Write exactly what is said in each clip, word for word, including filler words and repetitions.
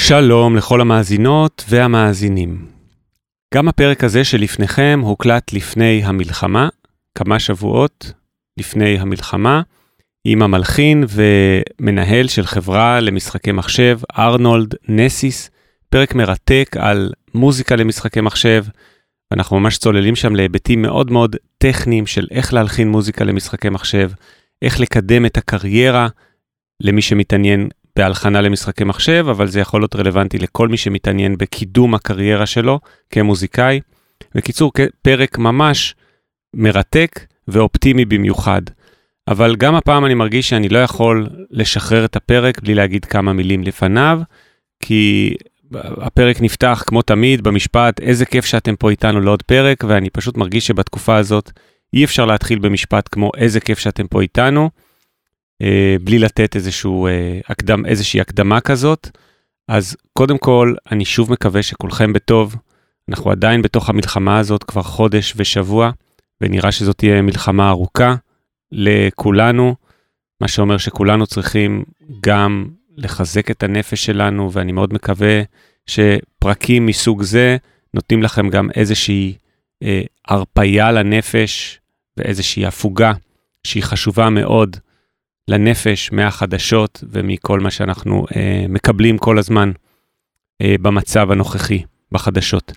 שלום לכל המאזינות והמאזינים. גם הפרק הזה שלפניכם הוקלט לפני המלחמה, כמה שבועות לפני המלחמה, עם המלחין ומנהל של חברה למשחקי מחשב, ארנולד נסיס, פרק מרתק על מוזיקה למשחקי מחשב, ואנחנו ממש צוללים שם להיבטים מאוד מאוד טכניים של איך להלחין מוזיקה למשחקי מחשב, איך לקדם את הקריירה למי שמתעניין בהלחנה למשחקי מחשב, אבל זה יכול להיות רלוונטי לכל מי שמתעניין בקידום הקריירה שלו כמוזיקאי. בקיצור, פרק ממש מרתק ואופטימי במיוחד. אבל גם הפעם אני מרגיש שאני לא יכול לשחרר את הפרק בלי להגיד כמה מילים לפניו, כי הפרק נפתח כמו תמיד במשפט, איזה כיף שאתם פה איתנו לעוד פרק, ואני פשוט מרגיש שבתקופה הזאת אי אפשר להתחיל במשפט כמו איזה כיף שאתם פה איתנו, בלי לתת איזשהו, הקדם, איזושהי הקדמה כזאת. אז קודם כל, אני שוב מקווה שכולכם בטוב. אנחנו עדיין בתוך המלחמה הזאת כבר חודש ושבוע, ונראה שזאת תהיה מלחמה ארוכה לכולנו, מה שאומר שכולנו צריכים גם לחזק את הנפש שלנו, ואני מאוד מקווה שפרקים מסוג זה נותנים לכם גם איזושהי אה, הרפאיה לנפש, ואיזושהי הפוגה שהיא חשובה מאוד לנפש מהחדשות ומכל מה שאנחנו אה, מקבלים כל הזמן אה, במצב הנוכחי, בחדשות.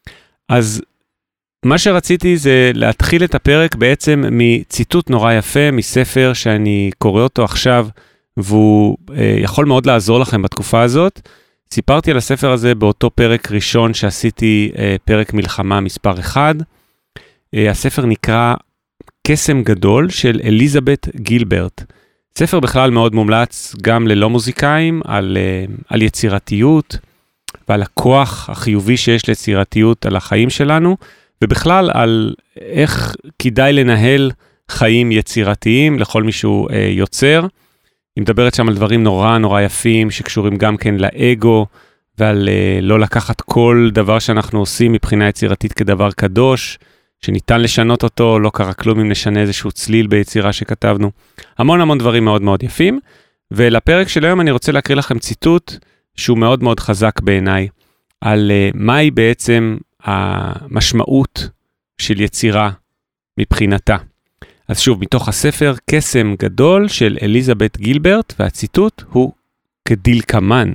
אז מה שרציתי זה להתחיל את הפרק בעצם מציטוט נורא יפה מספר שאני קורא אותו עכשיו, והוא אה, יכול מאוד לעזור לכם בתקופה הזאת. סיפרתי על הספר הזה באותו פרק ראשון שעשיתי, אה, פרק מלחמה מספר אחד. אה, הספר נקרא קסם גדול של אליזבת גילברט. ספר בכלל מאוד מומלץ גם ללא מוזיקאים, על, על יצירתיות ועל הכוח החיובי שיש ליצירתיות על החיים שלנו, ובכלל על איך כדאי לנהל חיים יצירתיים לכל מישהו אה, יוצר. היא מדברת שם על דברים נורא נורא יפים שקשורים גם כן לאגו, ועל אה, לא לקחת כל דבר שאנחנו עושים מבחינה יצירתית כדבר קדוש, שניתן לשנות אותו, לא קרה כלום אם נשנה איזשהו צליל ביצירה שכתבנו. המון המון דברים מאוד מאוד יפים, ולפרק של היום אני רוצה להקריא לכם ציטוט שהוא מאוד מאוד חזק בעיניי, על uh, מהי בעצם המשמעות של יצירה מבחינתה. אז שוב, מתוך הספר קסם גדול של אליזבת גילברט, והציטוט הוא כדלקמן.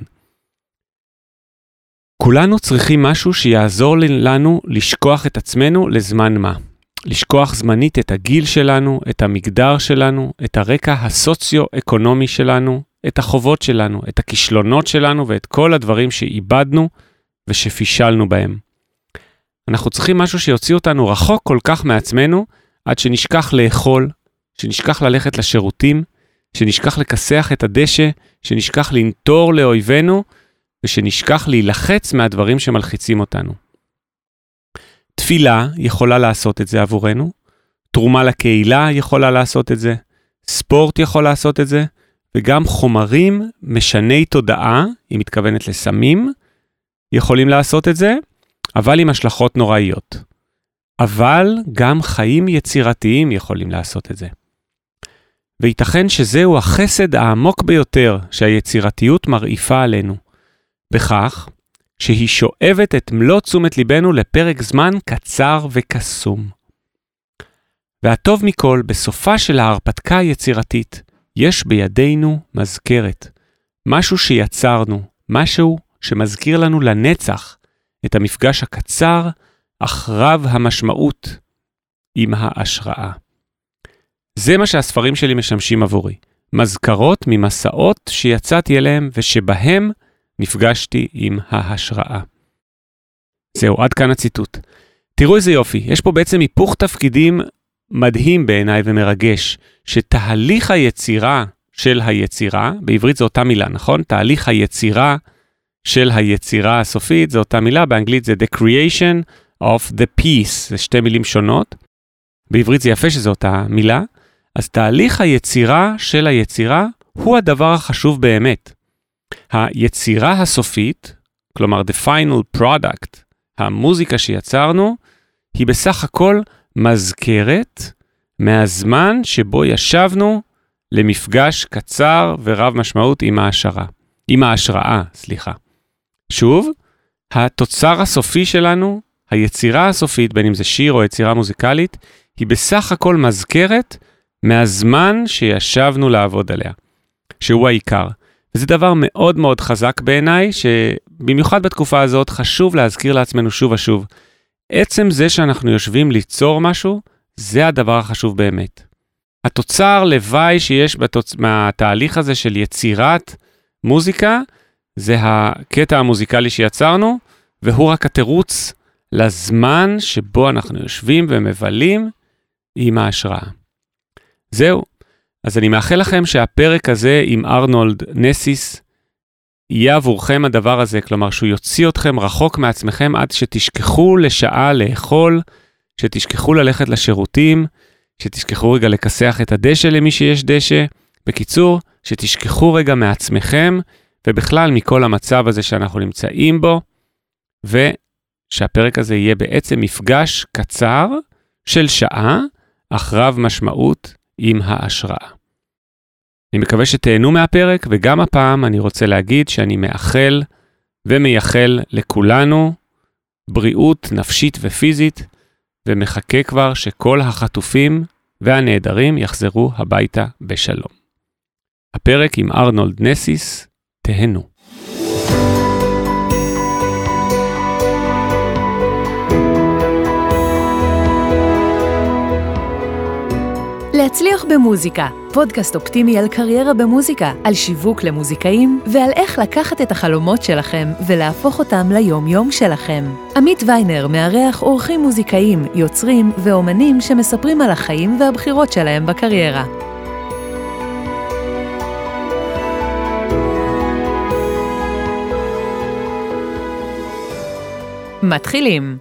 כולנו צריכים משהו שיעזור לנו לשכוח את עצמנו לזמן מה. לשכוח זמנית את הגיל שלנו, את המגדר שלנו, את הרקע הסוציו-אקונומי שלנו, את החובות שלנו, את הכישלונות שלנו ואת כל הדברים שאיבדנו ושפישלנו בהם. אנחנו צריכים משהו שיוציא אותנו רחוק כל כך מעצמנו, עד שנשכח לאכול, שנשכח ללכת לשירותים, שנשכח לכסח את הדשא, שנשכח לנטור לאויבינו, ושנשכח להילחץ מהדברים שמלחיצים אותנו. תפילה יכולה לעשות את זה עבורנו, תרומה לקהילה יכולה לעשות את זה, ספורט יכול לעשות את זה, וגם חומרים משני תודעה, היא מתכוונת לסמים, יכולים לעשות את זה, אבל עם השלכות נוראיות. אבל גם חיים יצירתיים יכולים לעשות את זה. וייתכן שזהו החסד העמוק ביותר שהיצירתיות מרעיפה עלינו, בכך שהיא שואבת את מלוא תשומת ליבנו לפרק זמן קצר וקסום. והטוב מכל, בסופה של ההרפתקה היצירתית, יש בידינו מזכרת, משהו שיצרנו, משהו שמזכיר לנו לנצח את המפגש הקצר, אך רב המשמעות עם ההשראה. זה מה שהספרים שלי משמשים עבורי, מזכרות ממסעות שיצאתי אליהם ושבהם נפגשתי עם ההשראה. זהו, עד כאן הציטוט. תראו איזה יופי, יש פה בעצם היפוך תפקידים מדהים בעיניי ומרגש, שתהליך היצירה של היצירה, בעברית זו אותה מילה, נכון? תהליך היצירה של היצירה הסופית, זו אותה מילה, באנגלית זה the creation of the piece, זה שתי מילים שונות. בעברית זה יפה שזו אותה מילה. אז תהליך היצירה של היצירה הוא הדבר החשוב באמת. היצירה הסופית, כלומר the final product, המוזיקה שיצרנו, היא בסך הכל מזכרת מהזמן שבו ישבנו למפגש קצר ורב משמעות עם ההשראה. עם ההשראה, סליחה. שוב, התוצר הסופי שלנו, היצירה הסופית, בין אם זה שיר או יצירה מוזיקלית, היא בסך הכל מזכרת מהזמן שישבנו לעבוד עליה, שהוא העיקר. וזה דבר מאוד מאוד חזק בעיניי, שבמיוחד בתקופה הזאת חשוב להזכיר לעצמנו שוב ושוב. עצם זה שאנחנו יושבים ליצור משהו, זה הדבר החשוב באמת. התוצר לוואי שיש בתוצ... מהתהליך הזה של יצירת מוזיקה, זה הקטע המוזיקלי שיצרנו, והוא רק התירוץ לזמן שבו אנחנו יושבים ומבלים עם ההשראה. זהו. אז אני מאחל לכם שהפרק הזה עם ארנולד נסיס יהיה עבורכם הדבר הזה, כלומר שהוא יוציא אתכם רחוק מעצמכם עד שתשכחו לשעה לאכול, שתשכחו ללכת לשירותים, שתשכחו רגע לכסח את הדשא למי שיש דשא. בקיצור, שתשכחו רגע מעצמכם ובכלל מכל המצב הזה שאנחנו נמצאים בו, ושהפרק הזה יהיה בעצם מפגש קצר של שעה, אך רב משמעות עם ההשראה. אני מקווה שתהנו מהפרק, וגם הפעם אני רוצה להגיד שאני מאחל ומייחל לכולנו בריאות נפשית ופיזית, ומחכה כבר שכל החטופים והנעדרים יחזרו הביתה בשלום. הפרק עם ארנולד נסיס, תהנו. להצליח במוזיקה, פודקאסט אופטימי על קריירה במוזיקה, על שיווק למוזיקאים ועל איך לקחת את החלומות שלכם ולהפוך אותם ליום-יום שלכם. עמית ויינר מארח אורחים מוזיקאים, יוצרים ואומנים שמספרים על החיים והבחירות שלהם בקריירה. מתחילים.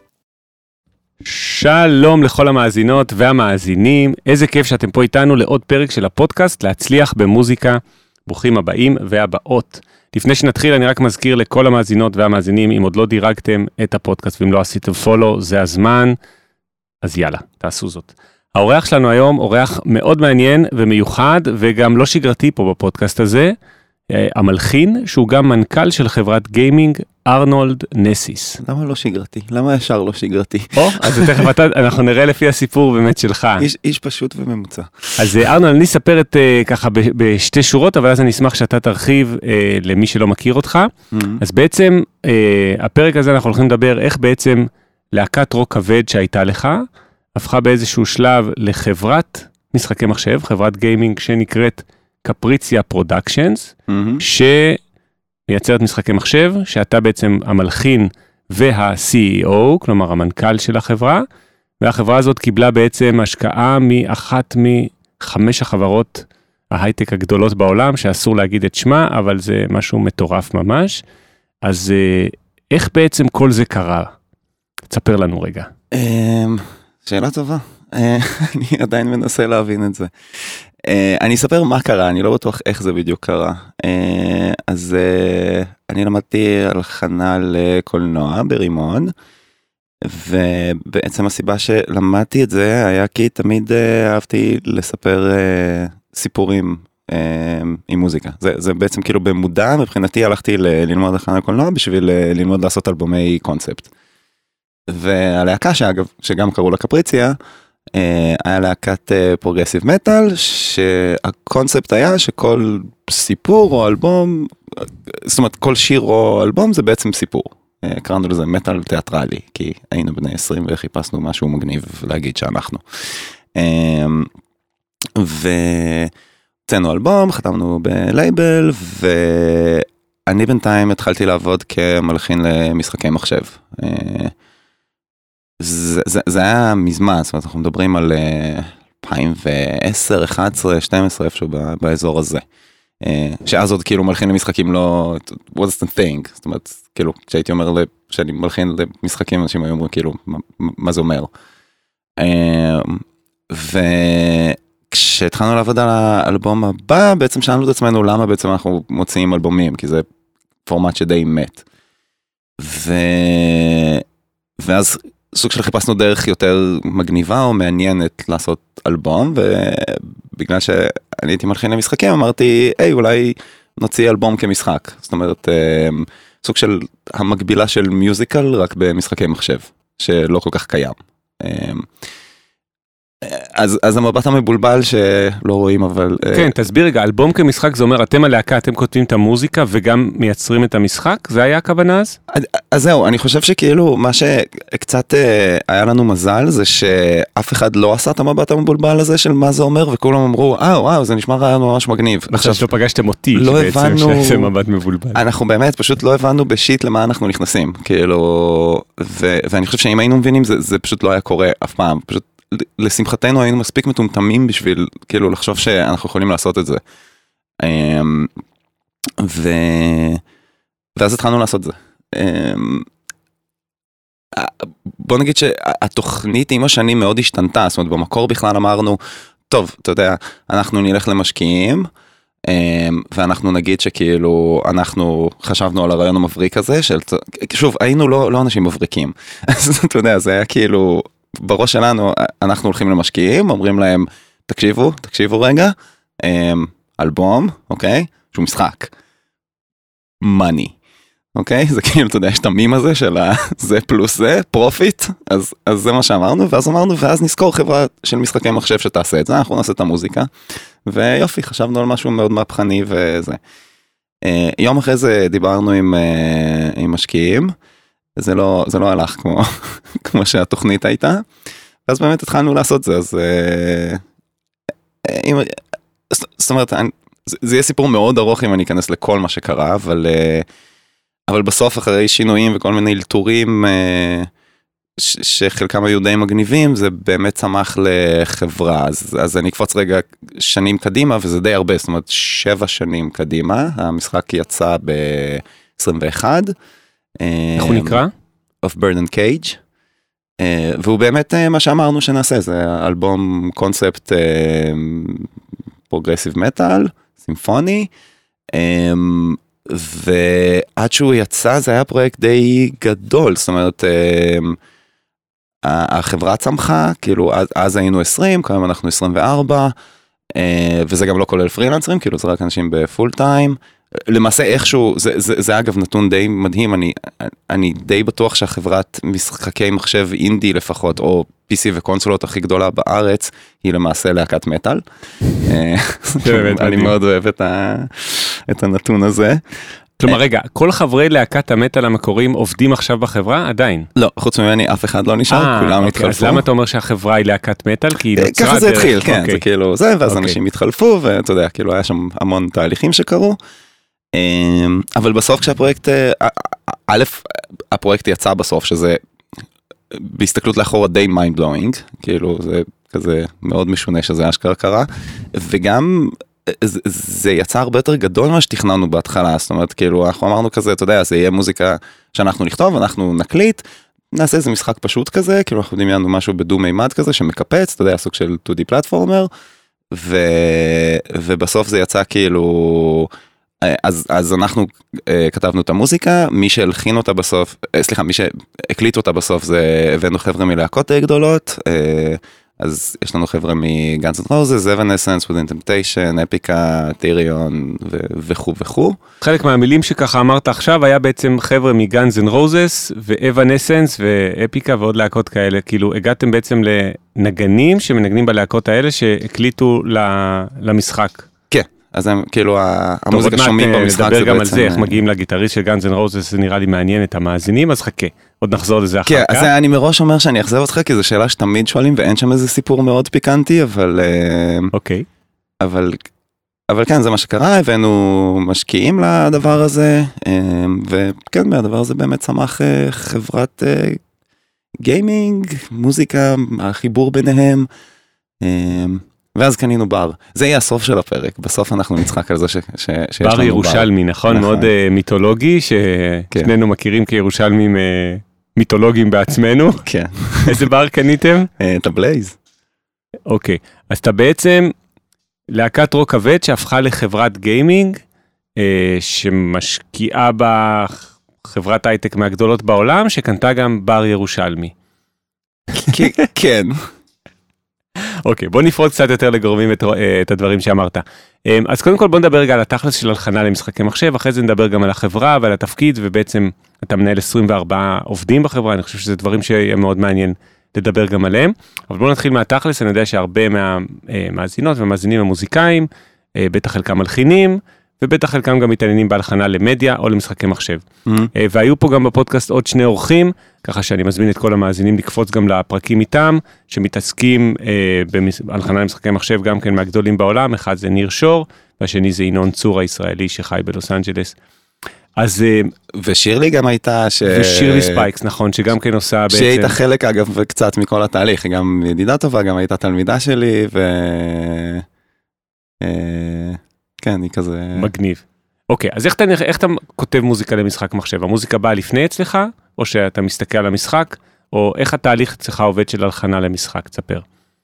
שלום לכל המאזינות והמאזינים, איזה כיף שאתם פה איתנו לעוד פרק של הפודקאסט להצליח במוזיקה. ברוכים הבאים והבאות. לפני שנתחיל אני רק מזכיר לכל המאזינות והמאזינים, אם עוד לא דירגתם את הפודקאסט ואם לא עשיתם פולו, זה הזמן, אז יאללה, תעשו זאת. האורח שלנו היום אורח מאוד מעניין ומיוחד וגם לא שגרתי פה בפודקאסט הזה, המלחין שהוא גם מנכ"ל של חברת גיימינג, ארנולד נסיס. למה לא שגרתי? למה ישר לא שגרתי? או, אז תכף אתה, אנחנו נראה לפי הסיפור באמת שלך. איש, איש פשוט וממוצע. אז ארנולד, אני אספר את ככה בשתי שורות, אבל אז אני אשמח שאתה תרחיב למי שלא מכיר אותך. Mm-hmm. אז בעצם, הפרק הזה אנחנו הולכים לדבר איך בעצם להקת רוק כבד שהייתה לך, הפכה באיזשהו שלב לחברת משחקי מחשב, חברת גיימינג שנקראת קפריציה פרודקשנס, mm-hmm. שמייצרת משחקי מחשב, שאתה בעצם המלחין וה-סי אי או, כלומר המנכ"ל של החברה, והחברה הזאת קיבלה בעצם השקעה מאחת מחמש החברות ההייטק הגדולות בעולם, שאסור להגיד את שמה, אבל זה משהו מטורף ממש. אז איך בעצם כל זה קרה? תספר לנו רגע. שאלה טובה. אני עדיין מנסה להבין את זה. אני אספר מה קרה, אני לא בטוח איך זה בדיוק קרה. אז אני למדתי הלחנה לקולנוע ברימון, ובעצם הסיבה שלמדתי את זה היה כי תמיד אהבתי לספר סיפורים עם מוזיקה. זה, זה בעצם כאילו במודע, מבחינתי הלכתי ללמוד הלחנה לקולנוע בשביל ללמוד לעשות אלבומי קונספט. והלהקה שאגב, שגם קראו לה קפריציה, היה להקת פרוגרסיב מטל, שהקונספט היה שכל סיפור או אלבום, זאת אומרת כל שיר או אלבום זה בעצם סיפור. קראנו לזה מטל תיאטרלי, כי היינו בני עשרים וחיפשנו משהו מגניב להגיד שאנחנו. וצאנו אלבום, חתמנו בלייבל, ואני בינתיים התחלתי לעבוד כמלחין למשחקי מחשב. זה, זה, זה היה מזמן, זאת אומרת, אנחנו מדברים על אלפיים ועשר, אחת עשרה, שתים עשרה, איפשהו באזור הזה. שאז עוד כאילו מלחין למשחקים לא, what's the thing? זאת אומרת, כאילו, כשהייתי אומר שאני מלחין למשחקים, אנשים היו אומרים כאילו, מה, מה זה אומר? וכשהתחלנו לעבוד על האלבום הבא, בעצם שאלנו את עצמנו למה בעצם אנחנו מוציאים אלבומים, כי זה פורמט שדי מת. ו... ואז סוג של חיפשנו דרך יותר מגניבה או מעניינת לעשות אלבום, ובגלל שאני הייתי מלחין למשחקים, אמרתי, היי, אולי נוציא אלבום כמשחק. זאת אומרת, סוג של המקבילה של מיוזיקל, רק במשחקי מחשב, שלא כל כך קיים. אז, אז המבט המבולבל שלא רואים, אבל... כן, תסביר רגע, אלבום כמשחק זה אומר, אתם הלהקה, אתם כותבים את המוזיקה וגם מייצרים את המשחק? זה היה הכוונה אז? אז זהו, אני חושב שכאילו, מה שקצת היה לנו מזל, זה שאף אחד לא עשה את המבט המבולבל הזה של מה זה אומר, וכולם אמרו, אה, וואו, זה נשמע רעיון ממש מגניב. עכשיו שלא פגשתם אותי, לא הבנו... שזה מבט מבולבל. אנחנו באמת פשוט לא הבנו בשיט למה אנחנו נכנסים, כאילו, ו- ואני חושב שאם היינו מבינים, זה, זה פשוט לא היה קורה אף פעם, פשוט לשמחתנו היינו מספיק מטומטמים בשביל כאילו לחשוב שאנחנו יכולים לעשות את זה. ו... ואז התחלנו לעשות את זה. בוא נגיד שהתוכנית עם השנים מאוד השתנתה, זאת אומרת במקור בכלל אמרנו, טוב, אתה יודע, אנחנו נלך למשקיעים, ואנחנו נגיד שכאילו אנחנו חשבנו על הרעיון המבריק הזה, של... שוב, היינו לא, לא אנשים מבריקים, אז אתה יודע, זה היה כאילו... בראש שלנו, אנחנו הולכים למשקיעים, אומרים להם, תקשיבו, תקשיבו רגע, אלבום, אוקיי? שהוא משחק. money, אוקיי? זה כאילו, אתה יודע, יש את המים הזה של זה פלוס זה, פרופיט, אז, אז זה מה שאמרנו, ואז אמרנו, ואז נזכור חברה של משחקי מחשב שתעשה את זה, אנחנו נעשה את המוזיקה, ויופי, חשבנו על משהו מאוד מהפכני וזה. יום אחרי זה דיברנו עם, עם משקיעים, זה לא, זה לא הלך כמו, כמו שהתוכנית הייתה, ואז באמת התחלנו לעשות זה, אז, אם, זאת אומרת, זה, זה יהיה סיפור מאוד ארוך אם אני אכנס לכל מה שקרה, אבל, אבל בסוף אחרי שינויים וכל מיני אלתורים, ש, שחלקם היו די מגניבים, זה באמת צמח לחברה, אז, אז אני אקפוץ רגע שנים קדימה, וזה די הרבה, זאת אומרת, שבע שנים קדימה, המשחק יצא ב-עשרים ואחת, איך הוא נקרא? Of Bird and Cage, והוא באמת מה שאמרנו שנעשה, זה אלבום קונספט פרוגרסיב מטל, סימפוני, ועד שהוא יצא זה היה פרויקט די גדול, זאת אומרת, החברה צמחה, כאילו אז היינו עשרים, כיום אנחנו עשרים וארבע, וזה גם לא כולל פרילנסרים, כאילו זה רק אנשים בפול טיים, למעשה איכשהו, זה, זה, זה אגב נתון די מדהים, אני, אני די בטוח שהחברת משחקי מחשב אינדי לפחות, או פי סי וקונסולות הכי גדולה בארץ, היא למעשה להקת מטל. אני מאוד אוהב את, ה, את הנתון הזה. כלומר רגע, כל חברי להקת המטל המקוריים עובדים עכשיו בחברה? עדיין? לא, חוץ ממני אף אחד לא נשאר, כולם התחלפו. אז למה אתה אומר שהחברה היא להקת מטל? ככה זה התחיל, כן, זה כאילו זה, ואז אנשים התחלפו, ואתה יודע, כאילו היה שם המון תהליכים שקרו. אבל בסוף כשהפרויקט, א', הפרויקט יצא בסוף, שזה בהסתכלות לאחורה די mind blowing, כאילו זה כזה מאוד משונה שזה אשכרה קרה, וגם זה יצא הרבה יותר גדול מה שתכננו בהתחלה, זאת אומרת, כאילו אנחנו אמרנו כזה, אתה יודע, זה יהיה מוזיקה שאנחנו נכתוב, אנחנו נקליט, נעשה איזה משחק פשוט כזה, כאילו אנחנו דמיינו משהו בדו מימד כזה שמקפץ, אתה יודע, סוג של טו די פלטפורמר, ובסוף זה יצא כאילו... אז, אז אנחנו uh, כתבנו את המוזיקה, מי שהלחין אותה בסוף, uh, סליחה, מי שהקליט אותה בסוף זה הבאנו חבר'ה מלהקות גדולות, uh, אז יש לנו חבר'ה מגאנס אנד רוזס, אבנסנס, Within Temptation, אפיקה, טיריון וכו' וכו'. חלק מהמילים שככה אמרת עכשיו היה בעצם חבר'ה מגאנס אנד רוזס ואבנסנס ואפיקה ועוד להקות כאלה, כאילו הגעתם בעצם לנגנים שמנגנים בלהקות האלה שהקליטו למשחק. כן. אז הם, כאילו, המוזיקה שומעים במשחק זה בעצם... נדבר גם על זה, איך מגיעים לגיטריסט של גאנס אנד רוזס, זה נראה לי מעניין את המאזינים, אז חכה, עוד נחזור לזה אחר כך. כן, אז אני מראש אומר שאני אחזב אותך, כי זו שאלה שתמיד שואלים, ואין שם איזה סיפור מאוד פיקנטי, אבל... אוקיי. אבל, אבל כן, זה מה שקרה, הבאנו משקיעים לדבר הזה, וכן, מהדבר הזה באמת צמח חברת גיימינג, מוזיקה, החיבור ביניהם, ואז קנינו בר. זה יהיה הסוף של הפרק. בסוף אנחנו נצחק על זה ש, ש, שיש לנו בר. בר ירושלמי, נכון? מאוד uh, מיתולוגי, ששנינו מכירים כירושלמים uh, מיתולוגיים בעצמנו. כן. איזה בר קניתם? את הבלייז. אוקיי. אז אתה בעצם להקת רוק כבד שהפכה לחברת גיימינג, uh, שמשקיעה בה חברת הייטק מהגדולות בעולם, שקנתה גם בר ירושלמי. כן. אוקיי, בוא נפרוט קצת יותר לגורמים את, את הדברים שאמרת. אז קודם כל בוא נדבר רגע על התכלס של הלחנה למשחקי מחשב, אחרי זה נדבר גם על החברה ועל התפקיד, ובעצם אתה מנהל עשרים וארבעה עובדים בחברה, אני חושב שזה דברים שיהיה מאוד מעניין לדבר גם עליהם, אבל בואו נתחיל מהתכלס, אני יודע שהרבה מהמאזינות ומאזינים המוזיקאים, בטח חלקם מלחינים, ובטח חלקם גם מתעניינים בהלחנה למדיה או למשחקי מחשב. Mm-hmm. והיו פה גם בפודקאסט עוד שני אורחים, ככה שאני מזמין את כל המאזינים לקפוץ גם לפרקים איתם, שמתעסקים בהלחנה למשחקי מחשב גם כן מהגדולים בעולם, אחד זה ניר שור, והשני זה ינון צור הישראלי שחי בלוס אנג'לס. אז... ושירלי גם הייתה ש... ושירלי ספייקס, נכון, שגם כן עושה בעצם... שהייתה חלק אגב קצת מכל התהליך, היא גם ידידה טובה, גם הייתה תלמידה שלי, ו... כן, היא כזה... מגניב. אוקיי, אז איך אתה, איך אתה כותב מוזיקה למשחק מחשב? המוזיקה באה לפני אצלך, או שאתה מסתכל על המשחק, או איך התהליך אצלך עובד של הלחנה למשחק? תספר.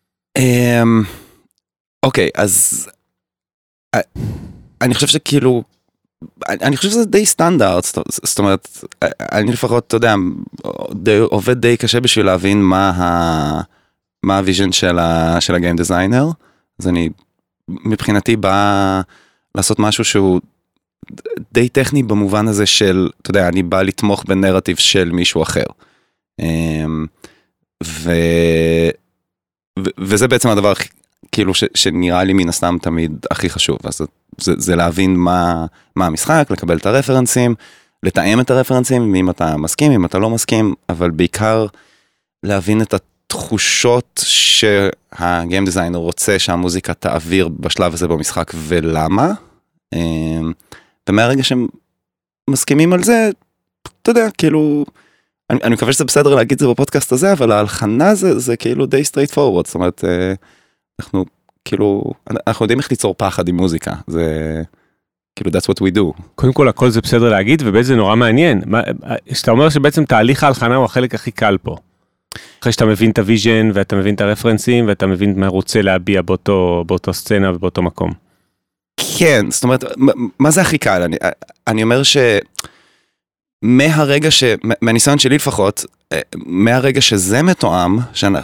אוקיי, אז... אני חושב שכאילו... אני חושב שזה די סטנדרט, זאת אומרת, אני לפחות, אתה יודע, עובד די קשה בשביל להבין מה הוויז'ן של הגיים דיזיינר, אז אני... מבחינתי בא לעשות משהו שהוא די טכני במובן הזה של, אתה יודע, אני בא לתמוך בנרטיב של מישהו אחר. ו... ו... וזה בעצם הדבר כאילו ש... שנראה לי מן הסתם תמיד הכי חשוב. אז זה, זה להבין מה, מה המשחק, לקבל את הרפרנסים, לתאם את הרפרנסים, אם אתה מסכים, אם אתה לא מסכים, אבל בעיקר להבין את התחושות שהגיים דיזיינר רוצה שהמוזיקה תעביר בשלב הזה במשחק ולמה. ומהרגע שהם מסכימים על זה, אתה יודע, כאילו, אני, אני מקווה שזה בסדר להגיד זה בפודקאסט הזה, אבל ההלחנה זה, זה כאילו די straight forward, זאת אומרת, אנחנו כאילו, אנחנו יודעים איך ליצור פחד עם מוזיקה, זה כאילו, that's what we do. קודם כל, הכל זה בסדר להגיד, ובאמת זה נורא מעניין. שאתה אומר שבעצם תהליך ההלחנה הוא החלק הכי קל פה. אחרי שאתה מבין את הוויז'ן, ואתה מבין את הרפרנסים, ואתה מבין מה רוצה להביע באותו, באותו סצנה ובאותו מקום. כן, זאת אומרת, מה זה הכי קל? אני, אני אומר ש... מהרגע ש... מהניסיון שלי לפחות, מהרגע שזה מתואם, שאני,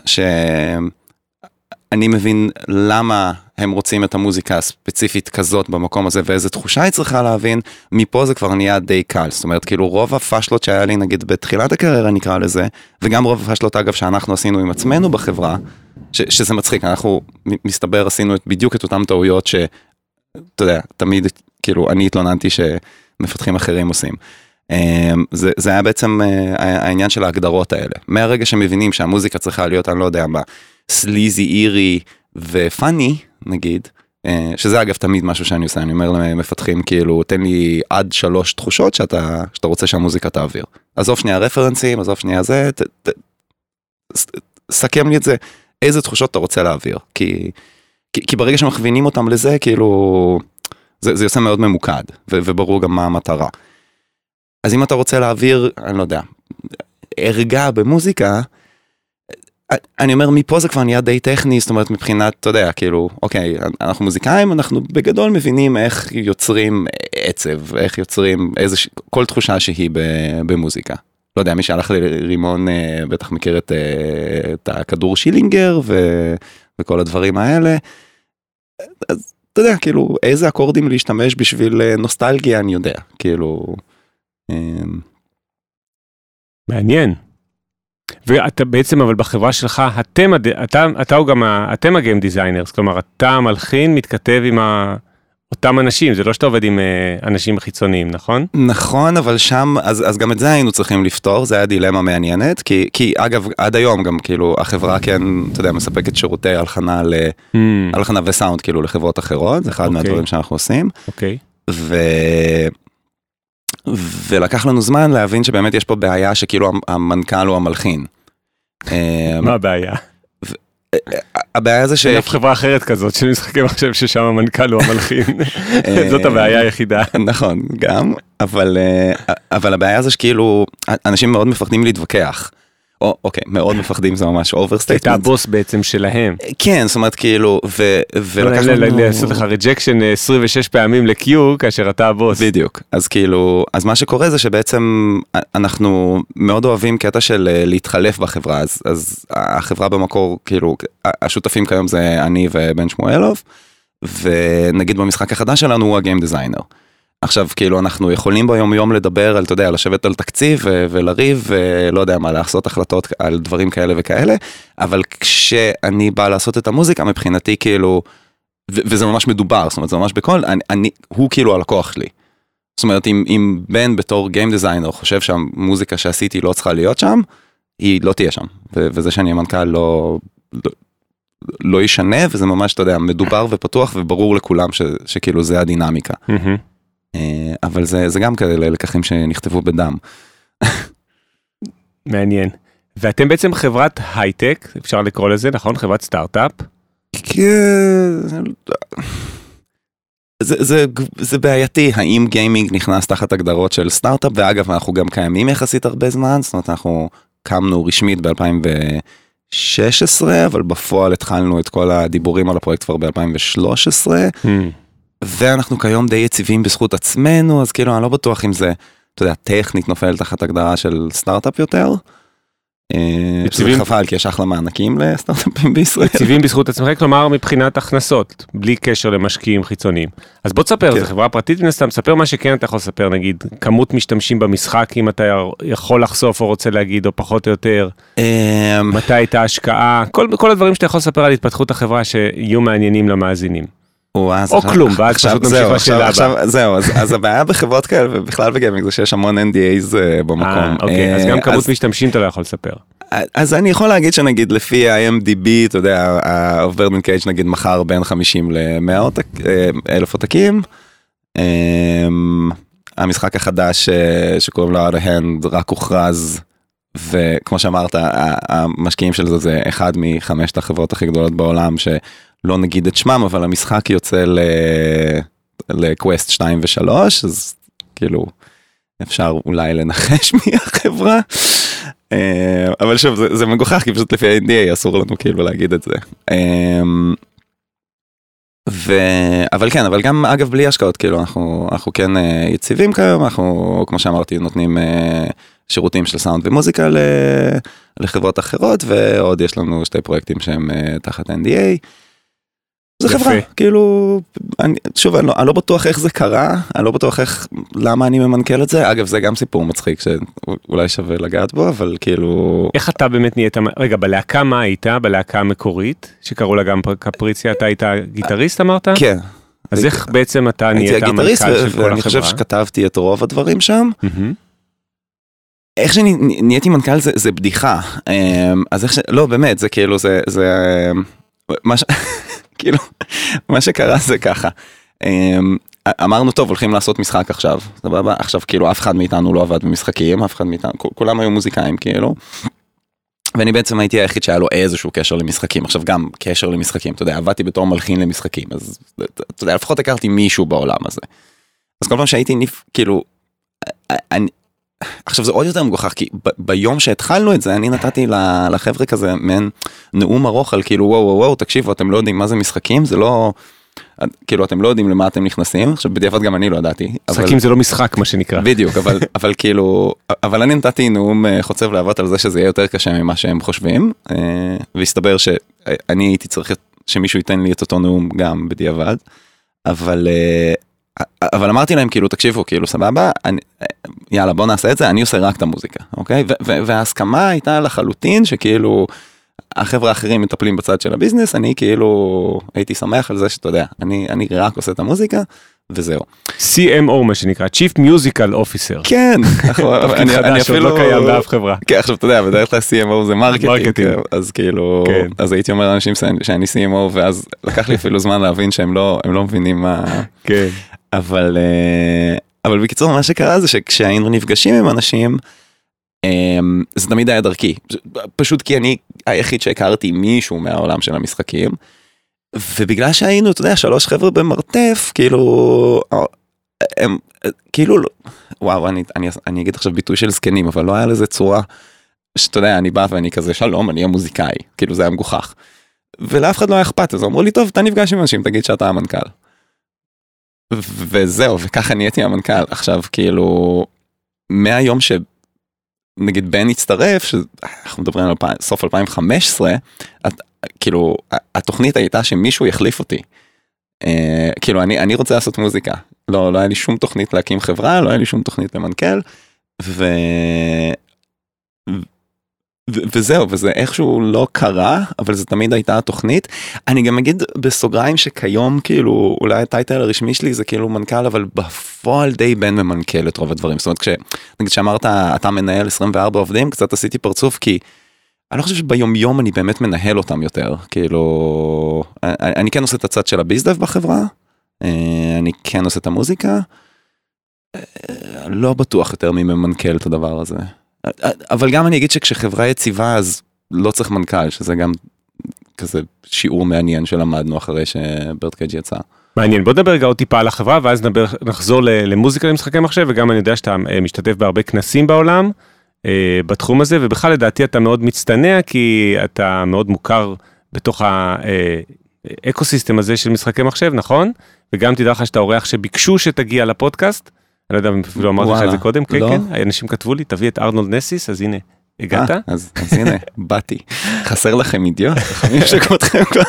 שאני מבין למה הם רוצים את המוזיקה הספציפית כזאת במקום הזה, ואיזה תחושה היא צריכה להבין, מפה זה כבר נהיה די קל. זאת אומרת, כאילו רוב הפשלות שהיה לי, נגיד, בתחילת הקריירה נקרא לזה, וגם רוב הפשלות, אגב, שאנחנו עשינו עם עצמנו בחברה, ש, שזה מצחיק, אנחנו מסתבר עשינו בדיוק את אותם טעויות ש... אתה יודע, תמיד, כאילו, אני התלוננתי שמפתחים אחרים עושים. זה, זה היה בעצם העניין של ההגדרות האלה. מהרגע שמבינים שהמוזיקה צריכה להיות, אני לא יודע מה, סליזי, אירי ופאני, נגיד, שזה אגב תמיד משהו שאני עושה, אני אומר למפתחים, כאילו, תן לי עד שלוש תחושות שאתה, שאתה רוצה שהמוזיקה תעביר. עזוב שנייה רפרנסים, עזוב שנייה זה, ת, ת, סכם לי את זה, איזה תחושות אתה רוצה להעביר, כי... כי, כי ברגע שמכווינים אותם לזה, כאילו, זה, זה יוצא מאוד ממוקד, ו, וברור גם מה המטרה. אז אם אתה רוצה להעביר, אני לא יודע, הרגע במוזיקה, אני אומר, מפה זה כבר נהיה די טכני, זאת אומרת, מבחינת, אתה יודע, כאילו, אוקיי, אנחנו מוזיקאים, אנחנו בגדול מבינים איך יוצרים עצב, איך יוצרים איזה, כל תחושה שהיא במוזיקה. לא יודע, מי שהלך לרימון, בטח מכיר את, את הכדור שילינגר, ו... וכל הדברים האלה, אז אתה יודע, כאילו, איזה אקורדים להשתמש בשביל נוסטלגיה, אני יודע, כאילו... מעניין. ואתה בעצם, אבל בחברה שלך, אתם, אתה, אתה הוא גם, אתם הגיים דיזיינרס, כלומר, אתה מלחין, מתכתב עם ה... אותם אנשים, זה לא שאתה עובד עם אנשים חיצוניים, נכון? נכון, אבל שם, אז, אז גם את זה היינו צריכים לפתור, זה היה דילמה מעניינת, כי, כי אגב, עד היום גם, כאילו, החברה כן, אתה יודע, מספקת שירותי הלחנה, ל, mm. הלחנה וסאונד, כאילו, לחברות אחרות, זה אחד okay. מהדברים שאנחנו עושים. אוקיי. Okay. ו... ולקח לנו זמן להבין שבאמת יש פה בעיה שכאילו המנכ"ל הוא המלחין. מה הבעיה? הבעיה זה ש... אין אף חברה אחרת כזאת של משחקי מחשב ששם המנכ"ל הוא המלחין. זאת הבעיה היחידה. נכון, גם, אבל, אבל הבעיה זה שכאילו, אנשים מאוד מפחדים להתווכח. או, אוקיי, מאוד מפחדים, זה ממש אוברסטייטמנט. הייתה הבוס בעצם שלהם. כן, זאת אומרת, כאילו, ולקח לנו... לעשות לך ריג'קשן עשרים ושש פעמים לקיו, כאשר אתה הבוס. בדיוק. אז כאילו, אז מה שקורה זה שבעצם אנחנו מאוד אוהבים קטע של להתחלף בחברה, אז, אז החברה במקור, כאילו, השותפים כיום זה אני ובן שמואלוב, ונגיד במשחק החדש שלנו הוא הגיים דיזיינר. עכשיו, כאילו, אנחנו יכולים ביום יום לדבר על, אתה יודע, לשבת על תקציב ו- ולריב, ולא יודע מה, לעשות החלטות על דברים כאלה וכאלה, אבל כשאני בא לעשות את המוזיקה, מבחינתי, כאילו, ו- וזה ממש מדובר, זאת אומרת, זה ממש בכל, אני, אני, הוא כאילו הלקוח שלי. זאת אומרת, אם, אם בן בתור גיים דיזיינר חושב שהמוזיקה שעשיתי לא צריכה להיות שם, היא לא תהיה שם. ו- וזה שאני המנכ"ל לא, לא, לא ישנה, וזה ממש, אתה יודע, מדובר ופתוח, וברור לכולם ש- שכאילו זה הדינמיקה. אבל זה, זה גם כאלה לקחים שנכתבו בדם. מעניין. ואתם בעצם חברת הייטק, אפשר לקרוא לזה, נכון? חברת סטארט-אפ? כן. זה, זה, זה בעייתי, האם גיימינג נכנס תחת הגדרות של סטארט-אפ, ואגב, אנחנו גם קיימים יחסית הרבה זמן, זאת אומרת, אנחנו קמנו רשמית ב-אלפיים ושש עשרה, אבל בפועל התחלנו את כל הדיבורים על הפרויקט כבר ב-אלפיים ושלוש עשרה, ואנחנו כיום די יציבים בזכות עצמנו, אז כאילו אני לא בטוח אם זה, אתה יודע, טכנית נופל תחת הגדרה של סטארט-אפ יותר. יציבים חבל, כי יש אחלה מענקים לסטארט-אפים בישראל. יציבים בזכות עצמך, כלומר מבחינת הכנסות, בלי קשר למשקיעים חיצוניים. אז בוא תספר, זו חברה פרטית ונסתם, תספר מה שכן אתה יכול לספר, נגיד, כמות משתמשים במשחק, אם אתה יכול לחשוף או רוצה להגיד, או פחות או יותר, מתי הייתה השקעה, כל הדברים שאתה יכול לספר על התפתחות החברה שיהיו מעניינים למאזינים. או כלום, ואז פשוט נמשיך לשאלה הבאה. זהו, אז הבעיה בחברות כאלה, ובכלל בגיימינג, זה שיש המון אן די איז במקום. אוקיי, אז גם כמות משתמשים אתה לא יכול לספר. אז אני יכול להגיד שנגיד לפי ה-איי אם די בי, אתה יודע, ה-Burning Cage נגיד מחר בין חמישים למאה אלף עותקים. המשחק החדש שקוראים לו Out of Hand רק הוכרז, וכמו שאמרת, המשקיעים של זה זה אחד מחמשת החברות הכי גדולות בעולם, שלא נגיד את שמם, אבל המשחק יוצא לקווסט שתיים ושלוש, אז כאילו אפשר אולי לנחש מי החברה. אבל שוב, זה, זה מגוחך, כי פשוט לפי ה-אן די איי אסור לנו כאילו להגיד את זה. ו... אבל כן, אבל גם אגב בלי השקעות, כאילו אנחנו, אנחנו כן יציבים כיום, אנחנו כמו שאמרתי נותנים שירותים של סאונד ומוזיקה לחברות אחרות, ועוד יש לנו שתי פרויקטים שהם תחת אן די איי. זה חברה, כאילו, אני, שוב, אני לא, אני לא בטוח איך זה קרה, אני לא בטוח איך, למה אני ממנכ"ל את זה, אגב, זה גם סיפור מצחיק שאולי שווה לגעת בו, אבל כאילו... איך אתה באמת נהיית, רגע, בלהקה מה היית, בלהקה המקורית, שקראו לה גם קפריציה, אתה היית גיטריסט אמרת? כן. אז איך בעצם אתה נהיית המנכ"ל של כל החברה? ואני חושב שכתבתי את רוב הדברים שם. איך שנהייתי מנכ"ל זה, זה בדיחה, אז איך ש... לא, באמת, זה כאילו, זה, זה, מה ש... כאילו, מה שקרה זה ככה, אמרנו טוב, הולכים לעשות משחק עכשיו, סבבה? עכשיו כאילו אף אחד מאיתנו לא עבד במשחקים, אף אחד מאיתנו, כולם היו מוזיקאים כאילו, ואני בעצם הייתי היחיד שהיה לו איזשהו קשר למשחקים, עכשיו גם קשר למשחקים, אתה יודע, עבדתי בתור מלחין למשחקים, אז אתה יודע, לפחות הכרתי מישהו בעולם הזה. אז כל פעם שהייתי ניף, כאילו, אני, עכשיו זה עוד יותר מגוחך, כי ב- ביום שהתחלנו את זה, אני נתתי לחבר'ה כזה, מן נאום ארוך על כאילו, וואו וואו וואו, תקשיבו, אתם לא יודעים מה זה משחקים, זה לא, כאילו, אתם לא יודעים למה אתם נכנסים, עכשיו בדיעבד גם אני לא ידעתי. משחקים אבל... זה לא משחק, מה שנקרא. בדיוק, אבל, אבל כאילו, אבל אני נתתי נאום חוצב להבות על זה שזה יהיה יותר קשה ממה שהם חושבים, והסתבר שאני הייתי צריך שמישהו ייתן לי את אותו נאום גם בדיעבד, אבל... אבל אמרתי להם כאילו תקשיבו כאילו סבבה אני, יאללה בוא נעשה את זה אני עושה רק את המוזיקה אוקיי ו- ו- וההסכמה הייתה לחלוטין שכאילו החבר'ה האחרים מטפלים בצד של הביזנס אני כאילו הייתי שמח על זה שאתה יודע אני אני רק עושה את המוזיקה וזהו. סי אם או מה שנקרא Chief Musical Officer. כן. אני, אני אפילו לא קיים באף חברה. כן עכשיו אתה יודע בדרך כלל סי אם או זה מרקטינג אז כאילו אז הייתי אומר לאנשים שאני סי אם או ואז לקח לי אפילו זמן להבין שהם לא הם לא מבינים מה. כן. אבל, אבל בקיצור, מה שקרה זה שכשהיינו נפגשים עם אנשים, זה תמיד היה דרכי. פשוט כי אני היחיד שהכרתי מישהו מהעולם של המשחקים, ובגלל שהיינו, אתה יודע, שלוש חבר'ה במרתף, כאילו, הם, כאילו, וואו, אני, אני, אני אגיד עכשיו ביטוי של זקנים, אבל לא היה לזה צורה, שאתה יודע, אני בא ואני כזה, שלום, אני המוזיקאי, כאילו זה היה מגוחך. ולאף אחד לא היה אכפת, אז אמרו לי, טוב, אתה נפגש עם אנשים, תגיד שאתה המנכ"ל. וזהו, וככה נהייתי המנכ"ל. עכשיו, כאילו, מהיום שנגיד בן הצטרף, שאנחנו מדברים על סוף אלפיים וחמש עשרה, כאילו, התוכנית הייתה שמישהו יחליף אותי. כאילו אני, אני רוצה לעשות מוזיקה, לא, לא היה לי שום תוכנית להקים חברה, לא היה לי שום תוכנית למנכ"ל, ו... ו... וזהו, וזה איכשהו לא קרה, אבל זה תמיד הייתה התוכנית. אני גם אגיד בסוגריים שכיום, כאילו, אולי הטייטל הרשמי שלי זה כאילו מנכ"ל, אבל בפועל די בן ומנכ"ל את רוב הדברים. זאת אומרת, כשנגיד שאמרת, אתה מנהל עשרים וארבע עובדים, קצת עשיתי פרצוף, כי אני לא חושב שביום יום אני באמת מנהל אותם יותר, כאילו, אני, אני כן עושה את הצד של הביזדב בחברה, אני כן עושה את המוזיקה, לא בטוח יותר מי ממנכ"ל את הדבר הזה. אבל גם אני אגיד שכשחברה יציבה, אז לא צריך מנכ"ל, שזה גם כזה שיעור מעניין שלמדנו אחרי שברטקייג' יצא. מעניין, בוא נדבר רגע עוד טיפה על החברה, ואז נדבר, נחזור למוזיקה למשחקי מחשב, וגם אני יודע שאתה משתתף בהרבה כנסים בעולם, בתחום הזה, ובכלל לדעתי אתה מאוד מצטנע, כי אתה מאוד מוכר בתוך האקוסיסטם הזה של משחקי מחשב, נכון? וגם תדע לך שאתה אורח שביקשו שתגיע לפודקאסט, אני לא יודע אם אפילו אמרתי לך את זה קודם, כן, כן, אנשים כתבו לי, תביא את ארנולד נסיס, אז הנה, הגעת? אז הנה, באתי. חסר לכם אידיוט, חכמים שכמותכם כבר.